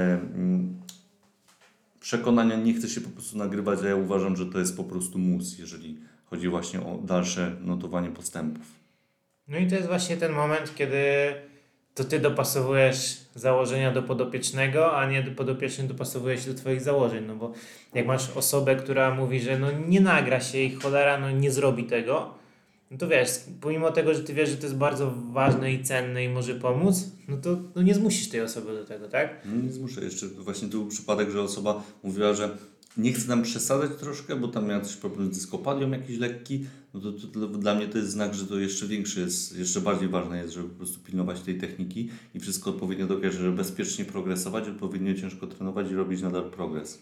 przekonania nie chce się po prostu nagrywać, a ja uważam, że to jest po prostu mus, jeżeli chodzi właśnie o dalsze notowanie postępów. No i to jest właśnie ten moment, kiedy to ty dopasowujesz założenia do podopiecznego, a nie podopieczny dopasowuje się do twoich założeń, no bo jak masz osobę, która mówi, że nie nagra się i cholera nie zrobi tego, no to wiesz, pomimo tego, że ty wiesz, że to jest bardzo ważne i cenne i może pomóc, no to nie zmusisz tej osoby do tego, tak? Nie zmuszę. Jeszcze właśnie tu był przypadek, że osoba mówiła, że nie chce tam przesadzać troszkę, bo tam miała coś problem z dyskopadią jakiś lekki, no to dla mnie to jest znak, że to jeszcze większy jest, jeszcze bardziej ważne jest, żeby po prostu pilnować tej techniki i wszystko odpowiednio dobrać, żeby bezpiecznie progresować, odpowiednio ciężko trenować i robić nadal progres.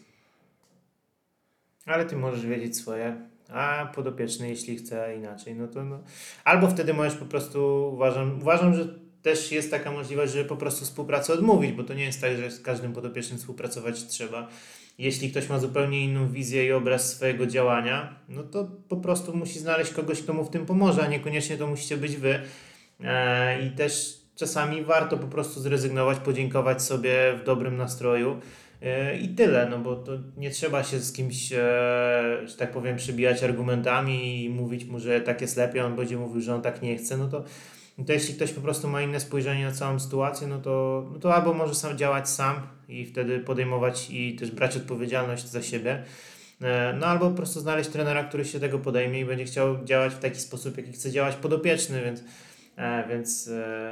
Ale ty możesz wiedzieć swoje, a podopieczny, jeśli chce inaczej, no to albo wtedy możesz po prostu, uważam, że też jest taka możliwość, żeby po prostu współpracę odmówić, bo to nie jest tak, że z każdym podopiecznym współpracować trzeba. Jeśli ktoś ma zupełnie inną wizję i obraz swojego działania, no to po prostu musi znaleźć kogoś, kto mu w tym pomoże, a niekoniecznie to musicie być wy. I też czasami warto po prostu zrezygnować, podziękować sobie w dobrym nastroju. I tyle, no bo to nie trzeba się z kimś, że tak powiem, przybijać argumentami i mówić mu, że tak jest lepiej, on będzie mówił, że on tak nie chce, no to jeśli ktoś po prostu ma inne spojrzenie na całą sytuację, no to albo może sam działać sam i wtedy podejmować i też brać odpowiedzialność za siebie, no albo po prostu znaleźć trenera, który się tego podejmie i będzie chciał działać w taki sposób, jaki chce działać podopieczny, więc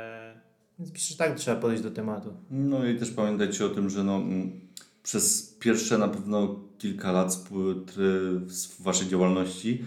myślę, że tak trzeba podejść do tematu. No i też pamiętajcie o tym, że przez pierwsze na pewno kilka lat w Waszej działalności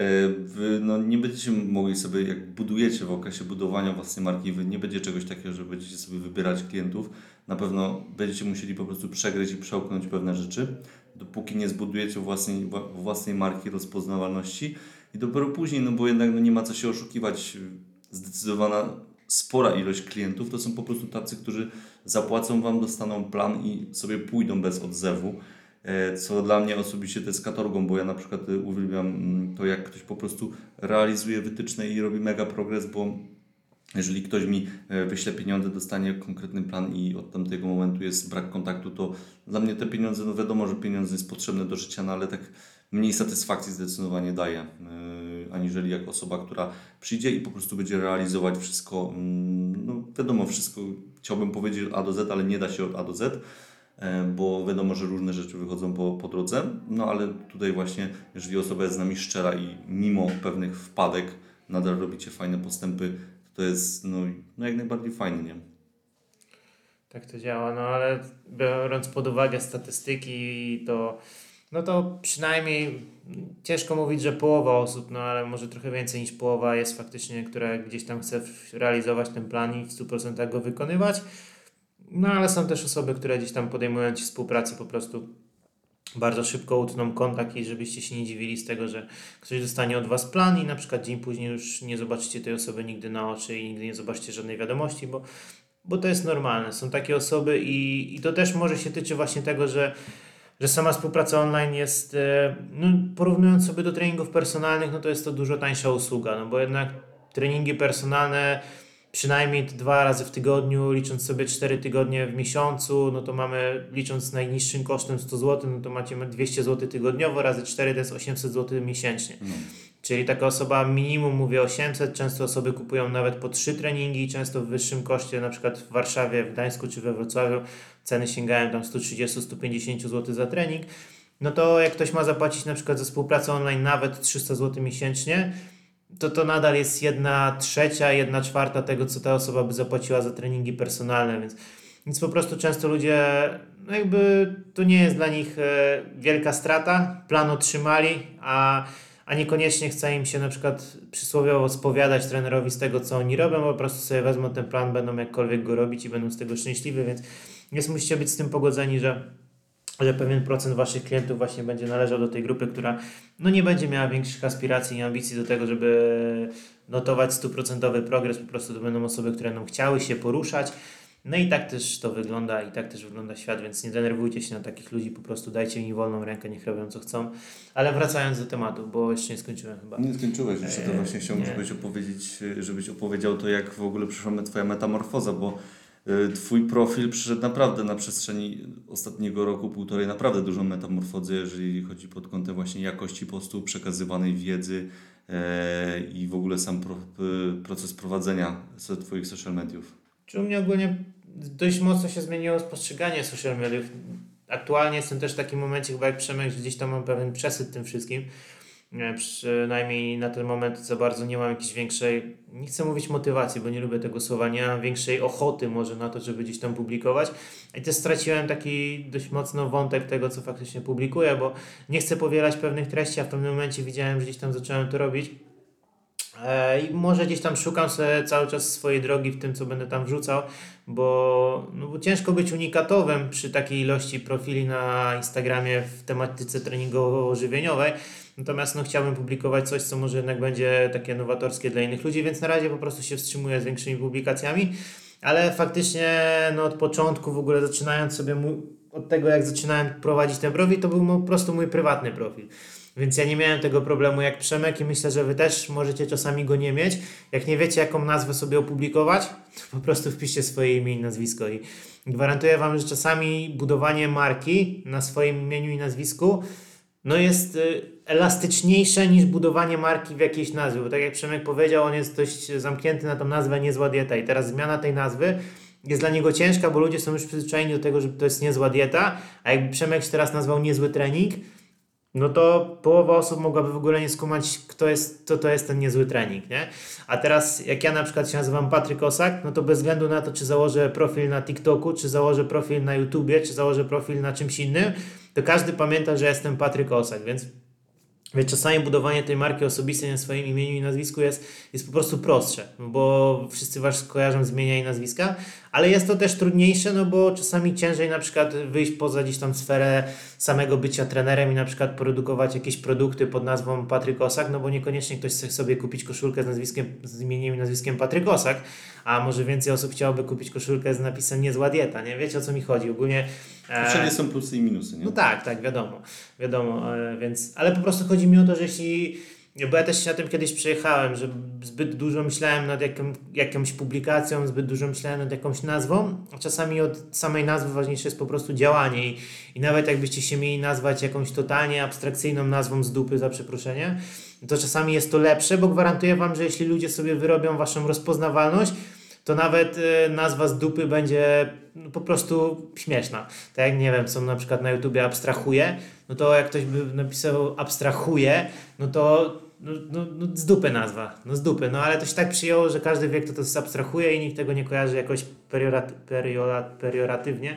Wy nie będziecie mogli sobie, jak budujecie w okresie budowania własnej marki, wy nie będzie czegoś takiego, że będziecie sobie wybierać klientów. Na pewno będziecie musieli po prostu przegryźć i przełknąć pewne rzeczy, dopóki nie zbudujecie własnej marki, rozpoznawalności i dopiero później, bo jednak nie ma co się oszukiwać, zdecydowana spora ilość klientów to są po prostu tacy, którzy zapłacą Wam, dostaną plan i sobie pójdą bez odzewu. Co dla mnie osobiście to jest katorgą, bo ja na przykład uwielbiam to, jak ktoś po prostu realizuje wytyczne i robi mega progres, bo jeżeli ktoś mi wyśle pieniądze, dostanie konkretny plan i od tamtego momentu jest brak kontaktu, to dla mnie te pieniądze, wiadomo, że pieniądze jest potrzebne do życia, ale tak mniej satysfakcji zdecydowanie daje, aniżeli jak osoba, która przyjdzie i po prostu będzie realizować wszystko, wiadomo, wszystko chciałbym powiedzieć od A do Z, ale nie da się od A do Z, bo wiadomo, że różne rzeczy wychodzą po drodze, ale tutaj właśnie, jeżeli osoba jest z nami szczera i mimo pewnych wpadek nadal robicie fajne postępy, to jest jak najbardziej fajne, nie? Tak to działa, ale biorąc pod uwagę statystyki, to przynajmniej ciężko mówić, że połowa osób, ale może trochę więcej niż połowa jest faktycznie, która gdzieś tam chce realizować ten plan i w 100% go wykonywać. Ale są też osoby, które gdzieś tam podejmując współpracę po prostu bardzo szybko utną kontakt i żebyście się nie dziwili z tego, że ktoś dostanie od Was plan i na przykład dzień później już nie zobaczycie tej osoby nigdy na oczy i nigdy nie zobaczycie żadnej wiadomości, bo to jest normalne. Są takie osoby i to też może się tyczy właśnie tego, że sama współpraca online jest, porównując sobie do treningów personalnych, to jest to dużo tańsza usługa, bo jednak treningi personalne przynajmniej 2 razy w tygodniu, licząc sobie 4 tygodnie w miesiącu, to mamy, licząc najniższym kosztem 100 zł, to macie 200 zł tygodniowo, razy 4 to jest 800 zł miesięcznie. Czyli taka osoba minimum mówię 800, często osoby kupują nawet po 3 treningi, często w wyższym koszcie, na przykład w Warszawie, w Gdańsku czy we Wrocławiu ceny sięgają tam 130-150 zł za trening. No to jak ktoś ma zapłacić na przykład za współpracę online nawet 300 zł miesięcznie, to nadal jest 1/3, 1/4 tego, co ta osoba by zapłaciła za treningi personalne, więc po prostu często ludzie, no jakby to nie jest dla nich wielka strata, plan otrzymali, a niekoniecznie chce im się na przykład przysłowiowo spowiadać trenerowi z tego, co oni robią, po prostu sobie wezmą ten plan, będą jakkolwiek go robić i będą z tego szczęśliwi, więc musicie być z tym pogodzeni, że pewien procent waszych klientów właśnie będzie należał do tej grupy, która no nie będzie miała większych aspiracji i ambicji do tego, żeby notować 100% progres, po prostu to będą osoby, które będą chciały się poruszać. No i tak też to wygląda i tak też wygląda świat, więc nie denerwujcie się na takich ludzi, po prostu dajcie im wolną rękę, niech robią co chcą. Ale wracając do tematu, bo jeszcze nie skończyłem chyba. Nie skończyłeś, jeszcze to właśnie chciałbym, żebyś opowiedział to, jak w ogóle przyszła twoja metamorfoza, bo twój profil przyszedł naprawdę na przestrzeni ostatniego roku, półtorej, naprawdę dużą metamorfozę, jeżeli chodzi pod kątem właśnie jakości postu, przekazywanej wiedzy i w ogóle sam proces prowadzenia twoich social mediów. Czy u mnie ogólnie dość mocno się zmieniło postrzeganie social mediów. Aktualnie jestem też w takim momencie chyba jak Przemek, że gdzieś tam mam pewien przesyt tym wszystkim. Przynajmniej na ten moment za bardzo nie mam jakiejś większej, nie chcę mówić motywacji, bo nie lubię tego słowa, nie mam większej ochoty może na to, żeby gdzieś tam publikować. I też straciłem taki dość mocno wątek tego, co faktycznie publikuję, bo nie chcę powielać pewnych treści, a w pewnym momencie widziałem, że gdzieś tam zacząłem to robić. I może gdzieś tam szukam sobie cały czas swojej drogi w tym, co będę tam wrzucał, bo ciężko być unikatowym przy takiej ilości profili na Instagramie w tematyce treningowo-żywieniowej. Natomiast chciałbym publikować coś, co może jednak będzie takie nowatorskie dla innych ludzi, więc na razie po prostu się wstrzymuję z większymi publikacjami, ale faktycznie od początku w ogóle zaczynając sobie od tego, jak zaczynałem prowadzić ten profil, to był po prostu mój prywatny profil. Więc ja nie miałem tego problemu jak Przemek i myślę, że wy też możecie czasami go nie mieć. Jak nie wiecie, jaką nazwę sobie opublikować, to po prostu wpiszcie swoje imię i nazwisko. I gwarantuję wam, że czasami budowanie marki na swoim imieniu i nazwisku jest elastyczniejsze niż budowanie marki w jakiejś nazwie. Bo tak jak Przemek powiedział, on jest dość zamknięty na tą nazwę Niezła Dieta i teraz zmiana tej nazwy jest dla niego ciężka, bo ludzie są już przyzwyczajeni do tego, że to jest niezła dieta, a jakby Przemek się teraz nazwał Niezły Trening, no to połowa osób mogłaby w ogóle nie skumać, kto to jest ten niezły trening, nie? A teraz, jak ja na przykład się nazywam Patryk Osak, no to bez względu na to, czy założę profil na TikToku, czy założę profil na YouTubie, czy założę profil na czymś innym, to każdy pamięta, że jestem Patryk Osak, więc czasami budowanie tej marki osobistej na swoim imieniu i nazwisku jest po prostu prostsze, bo wszyscy was kojarzą z imienia i nazwiska, ale jest to też trudniejsze, bo czasami ciężej na przykład wyjść poza gdzieś tam sferę samego bycia trenerem i na przykład produkować jakieś produkty pod nazwą Patryk Osak, bo niekoniecznie ktoś chce sobie kupić koszulkę z imieniem i nazwiskiem Patryk Osak, a może więcej osób chciałoby kupić koszulkę z napisem Niezła Dieta, nie? Wiecie, o co mi chodzi? Ogólnie wszędzie są plusy i minusy, nie? No tak, wiadomo, więc, ale po prostu chodzi mi o to, że bo ja też się na tym kiedyś przejechałem, że zbyt dużo myślałem nad jakąś publikacją, zbyt dużo myślałem nad jakąś nazwą, a czasami od samej nazwy ważniejsze jest po prostu działanie i nawet jakbyście się mieli nazwać jakąś totalnie abstrakcyjną nazwą z dupy, za przeproszenie, to czasami jest to lepsze, bo gwarantuję wam, że jeśli ludzie sobie wyrobią waszą rozpoznawalność, to nawet nazwa z dupy będzie po prostu śmieszna. Tak jak, nie wiem, są na przykład na YouTubie abstrahuje, no to jak ktoś by napisał abstrahuje, no to z dupy nazwa, z dupy, ale to się tak przyjęło, że każdy wie, kto to abstrahuje i nikt tego nie kojarzy jakoś perioratywnie.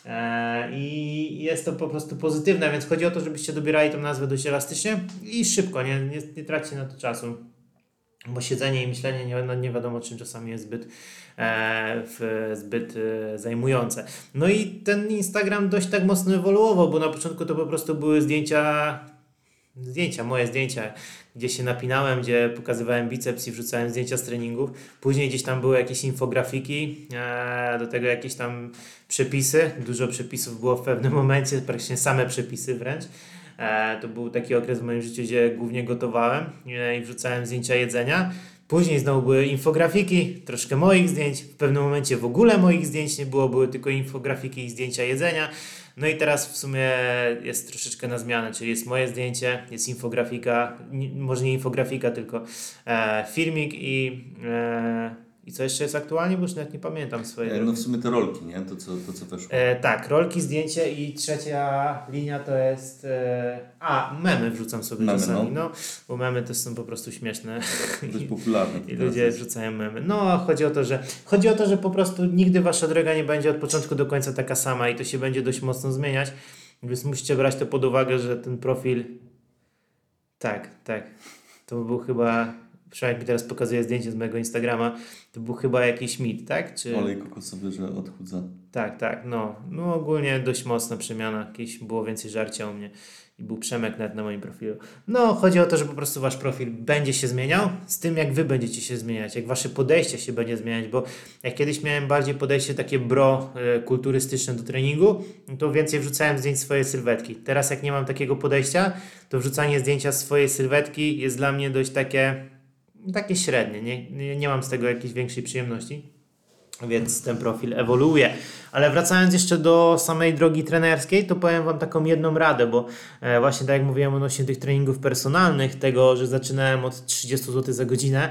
I jest to po prostu pozytywne, więc chodzi o to, żebyście dobierali tą nazwę dość elastycznie i szybko, nie traćcie na to czasu. Bo siedzenie i myślenie nie wiadomo czym czasami jest zbyt zajmujące. No i ten Instagram dość tak mocno ewoluował, bo na początku to po prostu były moje zdjęcia, gdzie się napinałem, gdzie pokazywałem biceps i wrzucałem zdjęcia z treningów. Później gdzieś tam były jakieś infografiki, do tego jakieś tam przepisy. Dużo przepisów było w pewnym momencie, praktycznie same przepisy wręcz. To był taki okres w moim życiu, gdzie głównie gotowałem i wrzucałem zdjęcia jedzenia. Później znowu były infografiki, troszkę moich zdjęć. W pewnym momencie w ogóle moich zdjęć nie było, były tylko infografiki i zdjęcia jedzenia. No i teraz w sumie jest troszeczkę na zmianę, czyli jest moje zdjęcie, jest infografika, może nie infografika, tylko filmik i co jeszcze jest aktualnie, bo już nawet nie pamiętam swojej. No w sumie te rolki, nie? To co weszło. Tak, rolki, zdjęcie i trzecia linia to jest... memy wrzucam sobie Memy, czasami, no. no, bo memy też są po prostu śmieszne. Dość popularne. I ludzie wrzucają memy. No, chodzi o to, że po prostu nigdy wasza droga nie będzie od początku do końca taka sama i to się będzie dość mocno zmieniać, więc musicie brać to pod uwagę, że ten profil... Tak. To był chyba... Przynajmniej mi teraz pokazuje zdjęcie z mojego Instagrama. To był chyba jakiś mit, tak? Czy... Olej kokosowy, że odchudza. Tak, no ogólnie dość mocna przemiana. Jakieś było więcej żarcia u mnie i był Przemek nawet na moim profilu. No, chodzi o to, że po prostu wasz profil będzie się zmieniał z tym, jak wy będziecie się zmieniać, jak wasze podejście się będzie zmieniać, bo jak kiedyś miałem bardziej podejście takie kulturystyczne do treningu, to więcej wrzucałem zdjęć swojej sylwetki. Teraz jak nie mam takiego podejścia, to wrzucanie zdjęcia swojej sylwetki jest dla mnie dość takie średnie. Nie mam z tego jakiejś większej przyjemności. Więc ten profil ewoluuje. Ale wracając jeszcze do samej drogi trenerskiej, to powiem wam taką jedną radę, bo właśnie tak jak mówiłem odnośnie tych treningów personalnych, tego, że zaczynałem od 30 zł za godzinę,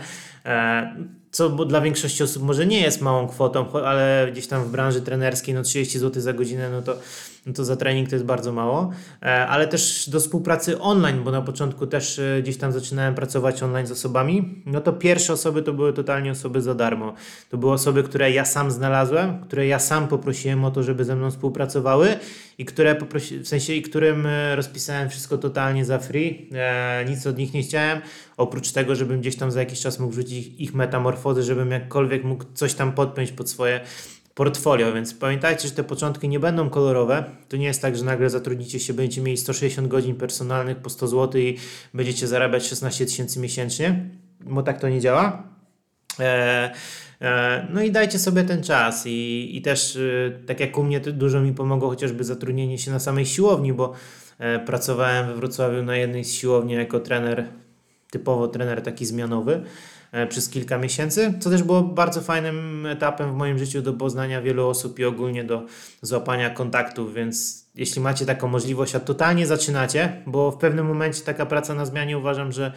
co bo dla większości osób może nie jest małą kwotą, ale gdzieś tam w branży trenerskiej 30 zł za godzinę, no to za trening to jest bardzo mało, ale też do współpracy online, bo na początku też gdzieś tam zaczynałem pracować online z osobami, no to pierwsze osoby to były totalnie osoby za darmo. To były osoby, które ja sam znalazłem, które ja sam poprosiłem o to, żeby ze mną współpracowały i którym rozpisałem wszystko totalnie za free, nic od nich nie chciałem, oprócz tego, żebym gdzieś tam za jakiś czas mógł wrzucić ich metamorfozy, żebym jakkolwiek mógł coś tam podpiąć pod swoje portfolio, więc pamiętajcie, że te początki nie będą kolorowe. To nie jest tak, że nagle zatrudnicie się, będziecie mieli 160 godzin personalnych po 100 zł i będziecie zarabiać 16 000 miesięcznie, bo tak to nie działa. No i dajcie sobie ten czas i też tak jak u mnie dużo mi pomogło chociażby zatrudnienie się na samej siłowni, bo pracowałem we Wrocławiu na jednej z siłowni jako typowo trener taki zmianowy przez kilka miesięcy, co też było bardzo fajnym etapem w moim życiu do poznania wielu osób i ogólnie do złapania kontaktów, więc jeśli macie taką możliwość, a totalnie zaczynacie, bo w pewnym momencie taka praca na zmianie uważam, że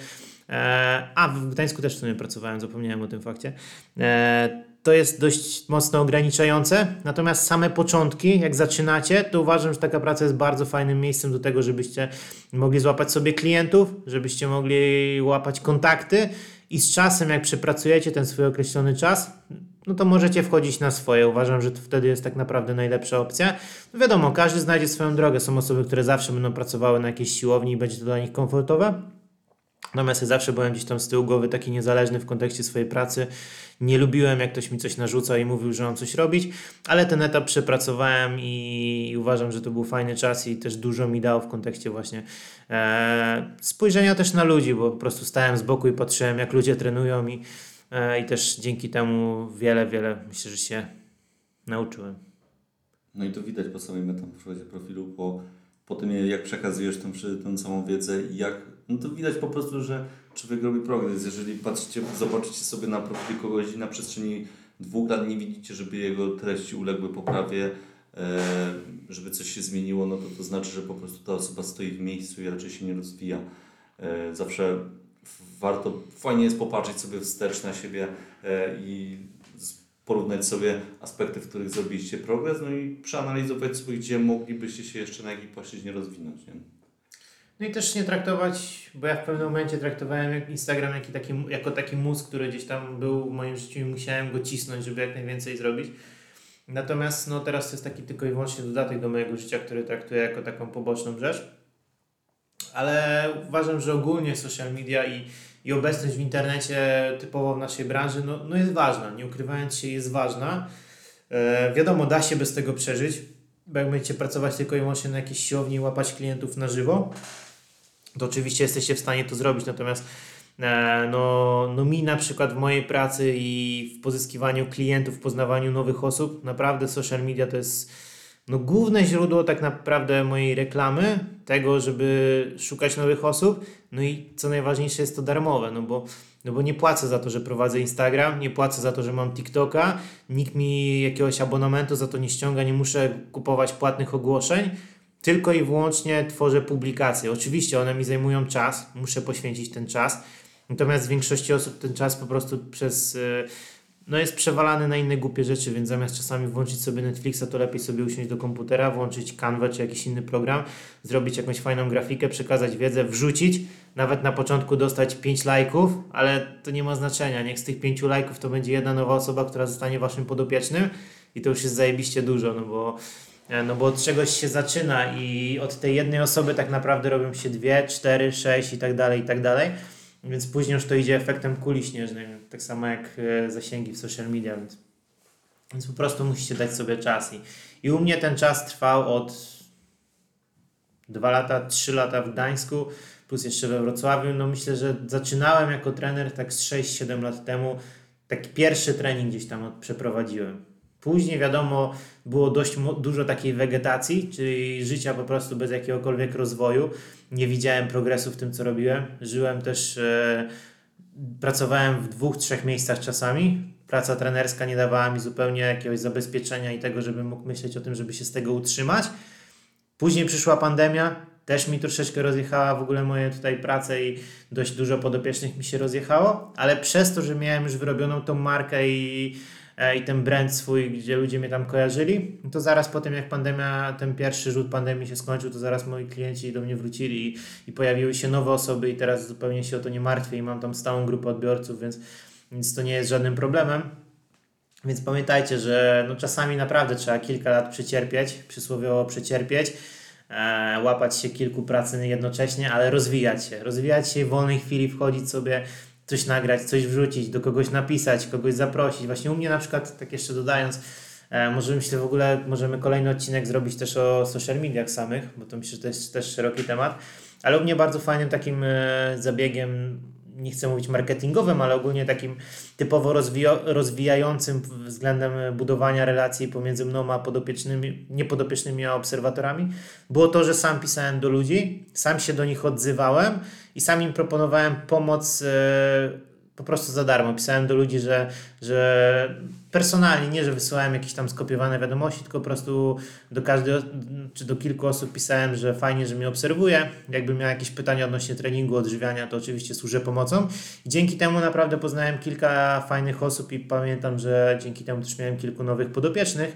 w Gdańsku też w sumie pracowałem, zapomniałem o tym fakcie, to jest dość mocno ograniczające, natomiast same początki, jak zaczynacie, to uważam, że taka praca jest bardzo fajnym miejscem do tego, żebyście mogli złapać sobie klientów, żebyście mogli łapać kontakty i z czasem, jak przepracujecie ten swój określony czas, no to możecie wchodzić na swoje. Uważam, że to wtedy jest tak naprawdę najlepsza opcja. No wiadomo, każdy znajdzie swoją drogę. Są osoby, które zawsze będą pracowały na jakiejś siłowni i będzie to dla nich komfortowe. Natomiast ja zawsze byłem gdzieś tam z tyłu głowy taki niezależny w kontekście swojej pracy. Nie lubiłem, jak ktoś mi coś narzucał i mówił, że mam coś robić, ale ten etap przepracowałem i uważam, że to był fajny czas i też dużo mi dał w kontekście właśnie spojrzenia też na ludzi, bo po prostu stałem z boku i patrzyłem, jak ludzie trenują i też dzięki temu wiele myślę, że się nauczyłem. No i to widać po samej metamorfozie profilu, po tym jak przekazujesz tę całą wiedzę i no to widać po prostu, że człowiek robi progres. Jeżeli zobaczycie sobie na profil kogoś i na przestrzeni 2 lat nie widzicie, żeby jego treści uległy poprawie, żeby coś się zmieniło, no to znaczy, że po prostu ta osoba stoi w miejscu i raczej się nie rozwija. Zawsze fajnie jest popatrzeć sobie wstecz na siebie i porównać sobie aspekty, w których zrobiliście progres, no i przeanalizować sobie, gdzie moglibyście się jeszcze na jakiej płaszczyźnie rozwinąć. Nie? No i też nie traktować, bo ja w pewnym momencie traktowałem Instagram jako taki mózg, który gdzieś tam był w moim życiu i musiałem go cisnąć, żeby jak najwięcej zrobić. Natomiast teraz to jest taki tylko i wyłącznie dodatek do mojego życia, który traktuję jako taką poboczną rzecz. Ale uważam, że ogólnie social media i obecność w internecie typowo w naszej branży no jest ważna. Nie ukrywając się, jest ważna. Wiadomo, da się bez tego przeżyć, bo jak będziecie pracować tylko i wyłącznie na jakiejś siłowni i łapać klientów na żywo, to oczywiście jesteście w stanie to zrobić. Natomiast mi na przykład w mojej pracy i w pozyskiwaniu klientów, w poznawaniu nowych osób, naprawdę social media to jest No główne źródło tak naprawdę mojej reklamy, tego, żeby szukać nowych osób, no i co najważniejsze jest to darmowe, no bo nie płacę za to, że prowadzę Instagram, nie płacę za to, że mam TikToka, nikt mi jakiegoś abonamentu za to nie ściąga, nie muszę kupować płatnych ogłoszeń, tylko i wyłącznie tworzę publikacje. Oczywiście one mi zajmują czas, muszę poświęcić ten czas, natomiast w większości osób ten czas po prostu no jest przewalany na inne głupie rzeczy, więc zamiast czasami włączyć sobie Netflixa, to lepiej sobie usiąść do komputera, włączyć Canva czy jakiś inny program, zrobić jakąś fajną grafikę, przekazać wiedzę, wrzucić, nawet na początku dostać 5 lajków, ale to nie ma znaczenia. Niech z tych 5 lajków to będzie jedna nowa osoba, która zostanie waszym podopiecznym i to już jest zajebiście dużo, no bo od czegoś się zaczyna i od tej jednej osoby tak naprawdę robią się 2, 4, 6 i tak dalej. Więc później już to idzie efektem kuli śnieżnej, tak samo jak zasięgi w social media, więc po prostu musicie dać sobie czas. I u mnie ten czas trwał od 2 lata, 3 lata w Gdańsku, plus jeszcze we Wrocławiu. No myślę, że zaczynałem jako trener tak z 6-7 lat temu. Taki pierwszy trening gdzieś tam przeprowadziłem. Później wiadomo, było dość dużo takiej wegetacji, czyli życia po prostu bez jakiegokolwiek rozwoju. Nie widziałem progresu w tym, co robiłem. Żyłem też, pracowałem w 2-3 miejscach czasami. Praca trenerska nie dawała mi zupełnie jakiegoś zabezpieczenia i tego, żebym mógł myśleć o tym, żeby się z tego utrzymać. Później przyszła pandemia, też mi troszeczkę rozjechała w ogóle moje tutaj prace i dość dużo podopiecznych mi się rozjechało, ale przez to, że miałem już wyrobioną tą markę i ten brand swój, gdzie ludzie mnie tam kojarzyli, to zaraz po tym jak ten pierwszy rzut pandemii się skończył, to zaraz moi klienci do mnie wrócili i pojawiły się nowe osoby i teraz zupełnie się o to nie martwię i mam tam stałą grupę odbiorców, więc to nie jest żadnym problemem. Więc pamiętajcie, że no czasami naprawdę trzeba kilka lat przecierpieć, przysłowiowo przecierpieć, łapać się kilku pracy jednocześnie, ale rozwijać się i w wolnej chwili wchodzić sobie, coś nagrać, coś wrzucić, do kogoś napisać, kogoś zaprosić. Właśnie u mnie na przykład, tak jeszcze dodając, może myślę w ogóle, możemy kolejny odcinek zrobić też o social mediach samych, bo to myślę, że to jest też szeroki temat, ale u mnie bardzo fajnym takim zabiegiem, nie chcę mówić marketingowym, ale ogólnie takim typowo rozwijającym względem budowania relacji pomiędzy mną a podopiecznymi, nie podopiecznymi, a obserwatorami, było to, że sam pisałem do ludzi, sam się do nich odzywałem i sam im proponowałem pomoc po prostu za darmo. Pisałem do ludzi, że personalnie, nie, że wysyłałem jakieś tam skopiowane wiadomości, tylko po prostu do każdej, czy do kilku osób pisałem, że fajnie, że mnie obserwuje. Jakbym miał jakieś pytania odnośnie treningu, odżywiania, to oczywiście służę pomocą. I dzięki temu naprawdę poznałem kilka fajnych osób i pamiętam, że dzięki temu też miałem kilku nowych podopiecznych.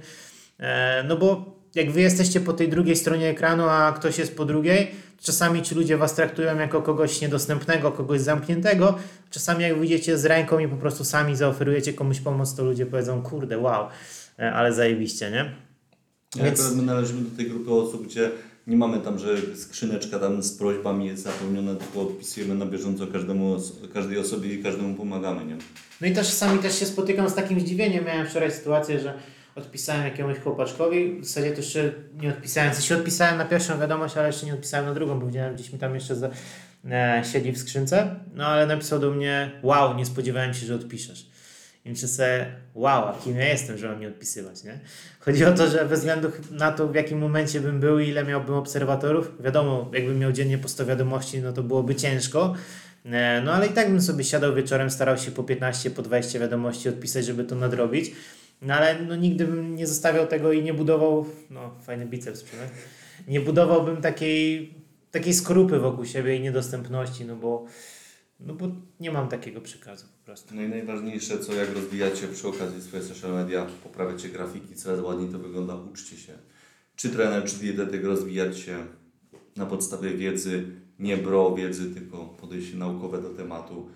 No bo jak wy jesteście po tej drugiej stronie ekranu, a ktoś jest po drugiej, czasami ci ludzie was traktują jako kogoś niedostępnego, kogoś zamkniętego. Czasami jak wyjdziecie z ręką i po prostu sami zaoferujecie komuś pomoc, to ludzie powiedzą, kurde, wow, ale zajebiście, nie? Więc my należymy do tej grupy osób, gdzie nie mamy tam, że skrzyneczka tam z prośbami jest zapełniona, tylko odpisujemy na bieżąco każdej osobie i każdemu pomagamy, nie? No i też czasami też się spotykam z takim zdziwieniem. Miałem wczoraj sytuację, że odpisałem jakiemuś chłopaczkowi, w zasadzie to jeszcze nie odpisałem, w sensie odpisałem na pierwszą wiadomość, ale jeszcze nie odpisałem na drugą, bo widziałem, gdzieś mi tam jeszcze siedzi w skrzynce, no ale napisał do mnie, wow, nie spodziewałem się, że odpiszesz. I myślę sobie, wow, a kim ja jestem, że mam nie odpisywać, nie? Chodzi o to, że bez względu na to, w jakim momencie bym był i ile miałbym obserwatorów, wiadomo, jakbym miał dziennie po 100 wiadomości, no to byłoby ciężko, no ale i tak bym sobie siadał wieczorem, starał się po 15, po 20 wiadomości odpisać, żeby to nadrobić. No ale no, nigdy bym nie zostawiał tego i nie budował, no fajny biceps, prawda? Nie budowałbym takiej skorupy wokół siebie i niedostępności, no bo nie mam takiego przekazu po prostu. No i najważniejsze, co jak rozwijacie przy okazji swoje social media, poprawiacie grafiki, coraz ładniej to wygląda, uczcie się. Czy trener, czy dietetyk, rozwijać się na podstawie wiedzy, nie wiedzy, tylko podejście naukowe do tematu.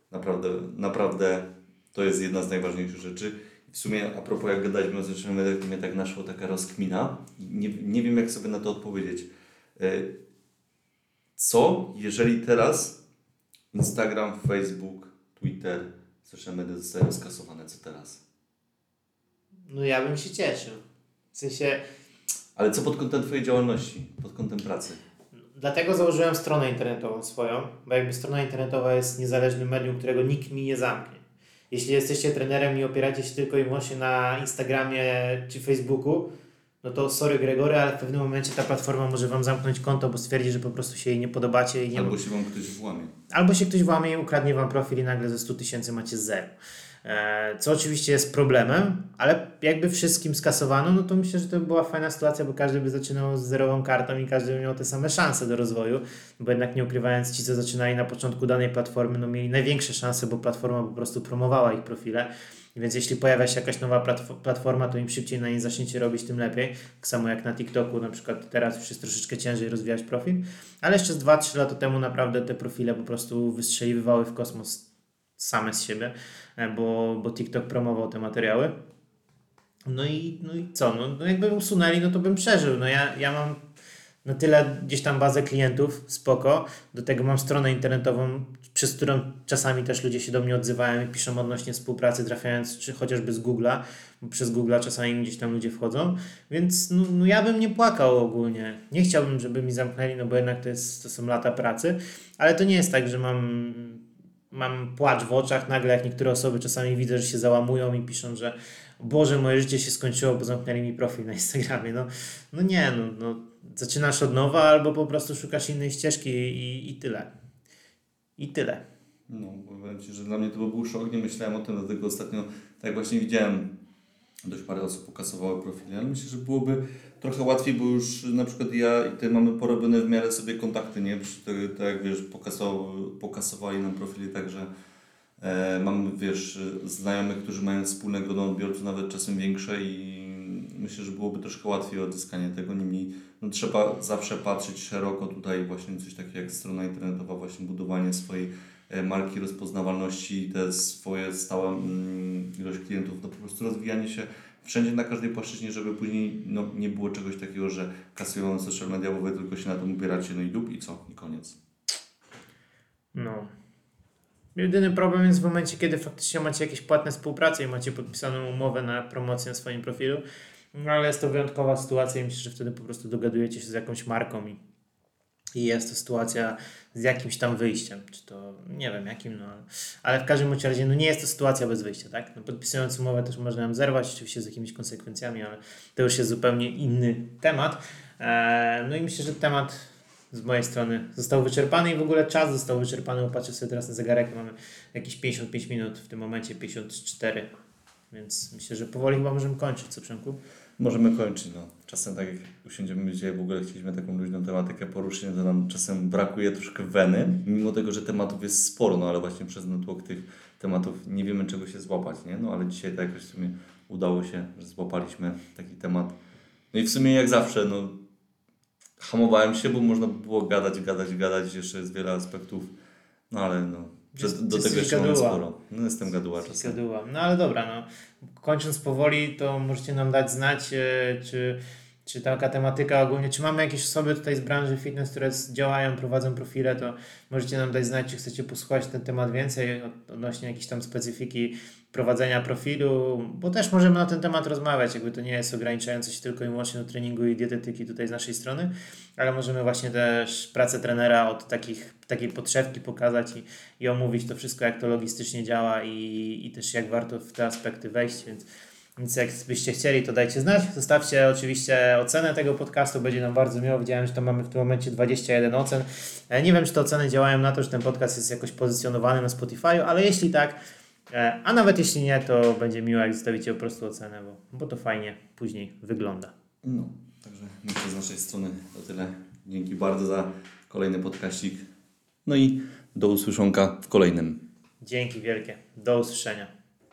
Naprawdę to jest jedna z najważniejszych rzeczy. W sumie a propos jak gadaliśmy o social mediach, to mnie tak naszła taka rozkmina. Nie wiem jak sobie na to odpowiedzieć. Co jeżeli teraz Instagram, Facebook, Twitter, social media zostają skasowane, co teraz? No ja bym się cieszył. W sensie... Ale co pod kątem twojej działalności, pod kątem pracy? Dlatego założyłem stronę internetową swoją, bo jakby strona internetowa jest niezależnym medium, którego nikt mi nie zamknie. Jeśli jesteście trenerem i opieracie się tylko i wyłącznie na Instagramie czy Facebooku, no to sorry Gregory, ale w pewnym momencie ta platforma może Wam zamknąć konto, bo stwierdzi, że po prostu się jej nie podobacie. Albo się Wam ktoś włamie. Albo się ktoś włamie i ukradnie Wam profil i nagle ze 100 000 macie 0. Co oczywiście jest problemem, ale jakby wszystkim skasowano, no to myślę, że to by była fajna sytuacja, bo każdy by zaczynał z zerową kartą i każdy by miał te same szanse do rozwoju, bo jednak nie ukrywając, ci co zaczynali na początku danej platformy, no mieli największe szanse, bo platforma po prostu promowała ich profile, więc jeśli pojawia się jakaś nowa platforma, to im szybciej na niej zaczniecie robić, tym lepiej. Tak samo jak na TikToku, na przykład teraz już jest troszeczkę ciężej rozwijać profil, ale jeszcze z 2-3 lata temu naprawdę te profile po prostu wystrzeliwywały w kosmos same z siebie, bo TikTok promował te materiały. No i co? No jakby usunęli, no to bym przeżył. No ja mam na tyle gdzieś tam bazę klientów, spoko. Do tego mam stronę internetową, przez którą czasami też ludzie się do mnie odzywają i piszą odnośnie współpracy, trafiając czy chociażby z Google'a, bo przez Google'a czasami gdzieś tam ludzie wchodzą, więc no ja bym nie płakał ogólnie. Nie chciałbym, żeby mi zamknęli, no bo jednak to są lata pracy, ale to nie jest tak, że mam płacz w oczach nagle, jak niektóre osoby czasami widzę, że się załamują i piszą, że Boże, moje życie się skończyło, bo zamknęli mi profil na Instagramie. No nie, no zaczynasz od nowa albo po prostu szukasz innej ścieżki i tyle. I tyle. No, powiem Ci, że dla mnie to był szok, nie myślałem o tym, dlatego ostatnio, tak właśnie widziałem, dość parę osób pokasowało profile, ale myślę, że byłoby trochę łatwiej, bo już na przykład ja i Ty mamy porobione w miarę sobie kontakty, nie? Tak jak wiesz, pokasowali nam profili, także mamy, wiesz, znajomych, którzy mają wspólne grono odbiorców, nawet czasem większe i myślę, że byłoby troszkę łatwiej odzyskanie tego. Niemniej no, trzeba zawsze patrzeć szeroko tutaj właśnie coś takiego jak strona internetowa, właśnie budowanie swojej marki, rozpoznawalności, te swoje stałe ilość klientów, no po prostu rozwijanie się wszędzie na każdej płaszczyźnie, żeby później no, nie było czegoś takiego, że kasują social media, bo wy tylko się na tym upieracie, no i dup i co? I koniec. No. Jedyny problem jest w momencie, kiedy faktycznie macie jakieś płatne współprace i macie podpisaną umowę na promocję na swoim profilu, no ale jest to wyjątkowa sytuacja i myślę, że wtedy po prostu dogadujecie się z jakąś marką i jest to sytuacja z jakimś tam wyjściem, czy to nie wiem jakim, no ale w każdym razie no nie jest to sytuacja bez wyjścia, tak? No, podpisując umowę też można ją zerwać, oczywiście z jakimiś konsekwencjami, ale to już jest zupełnie inny temat. No i myślę, że temat z mojej strony został wyczerpany i w ogóle czas został wyczerpany, bo patrzę sobie teraz na zegarek, mamy jakieś 55 minut, w tym momencie 54, więc myślę, że powoli chyba możemy kończyć, co Przemku? Możemy kończyć, no. Czasem tak jak usiądziemy dzisiaj, w ogóle chcieliśmy taką luźną tematykę poruszyć, to nam czasem brakuje troszkę weny, mimo tego, że tematów jest sporo, no ale właśnie przez natłok tych tematów nie wiemy czego się złapać, nie? No ale dzisiaj tak jakoś w sumie udało się, że złapaliśmy taki temat. No i w sumie jak zawsze, no hamowałem się, bo można by było gadać, jeszcze jest wiele aspektów, no ale no, do tego jeszcze mamy sporo. No jestem gaduła czasem. No ale dobra, no kończąc powoli, to możecie nam dać znać, czy taka tematyka ogólnie, czy mamy jakieś osoby tutaj z branży fitness, które działają, prowadzą profile, to możecie nam dać znać, czy chcecie posłuchać ten temat więcej odnośnie jakiejś tam specyfiki prowadzenia profilu, bo też możemy na ten temat rozmawiać, jakby to nie jest ograniczające się tylko i wyłącznie do treningu i dietetyki tutaj z naszej strony, ale możemy właśnie też pracę trenera od takiej podszewki pokazać i omówić to wszystko, jak to logistycznie działa i też jak warto w te aspekty wejść, więc jak byście chcieli, to dajcie znać. Zostawcie oczywiście ocenę tego podcastu, będzie nam bardzo miło. Widziałem, że tam mamy w tym momencie 21 ocen. Nie wiem, czy te oceny działają na to, że ten podcast jest jakoś pozycjonowany na Spotify'u, ale jeśli tak, a nawet jeśli nie, to będzie miło, jak zostawicie po prostu ocenę, bo to fajnie później wygląda. No, także myślę z naszej strony to tyle. Dzięki bardzo za kolejny podcaścik. No i do usłyszonka w kolejnym. Dzięki wielkie. Do usłyszenia.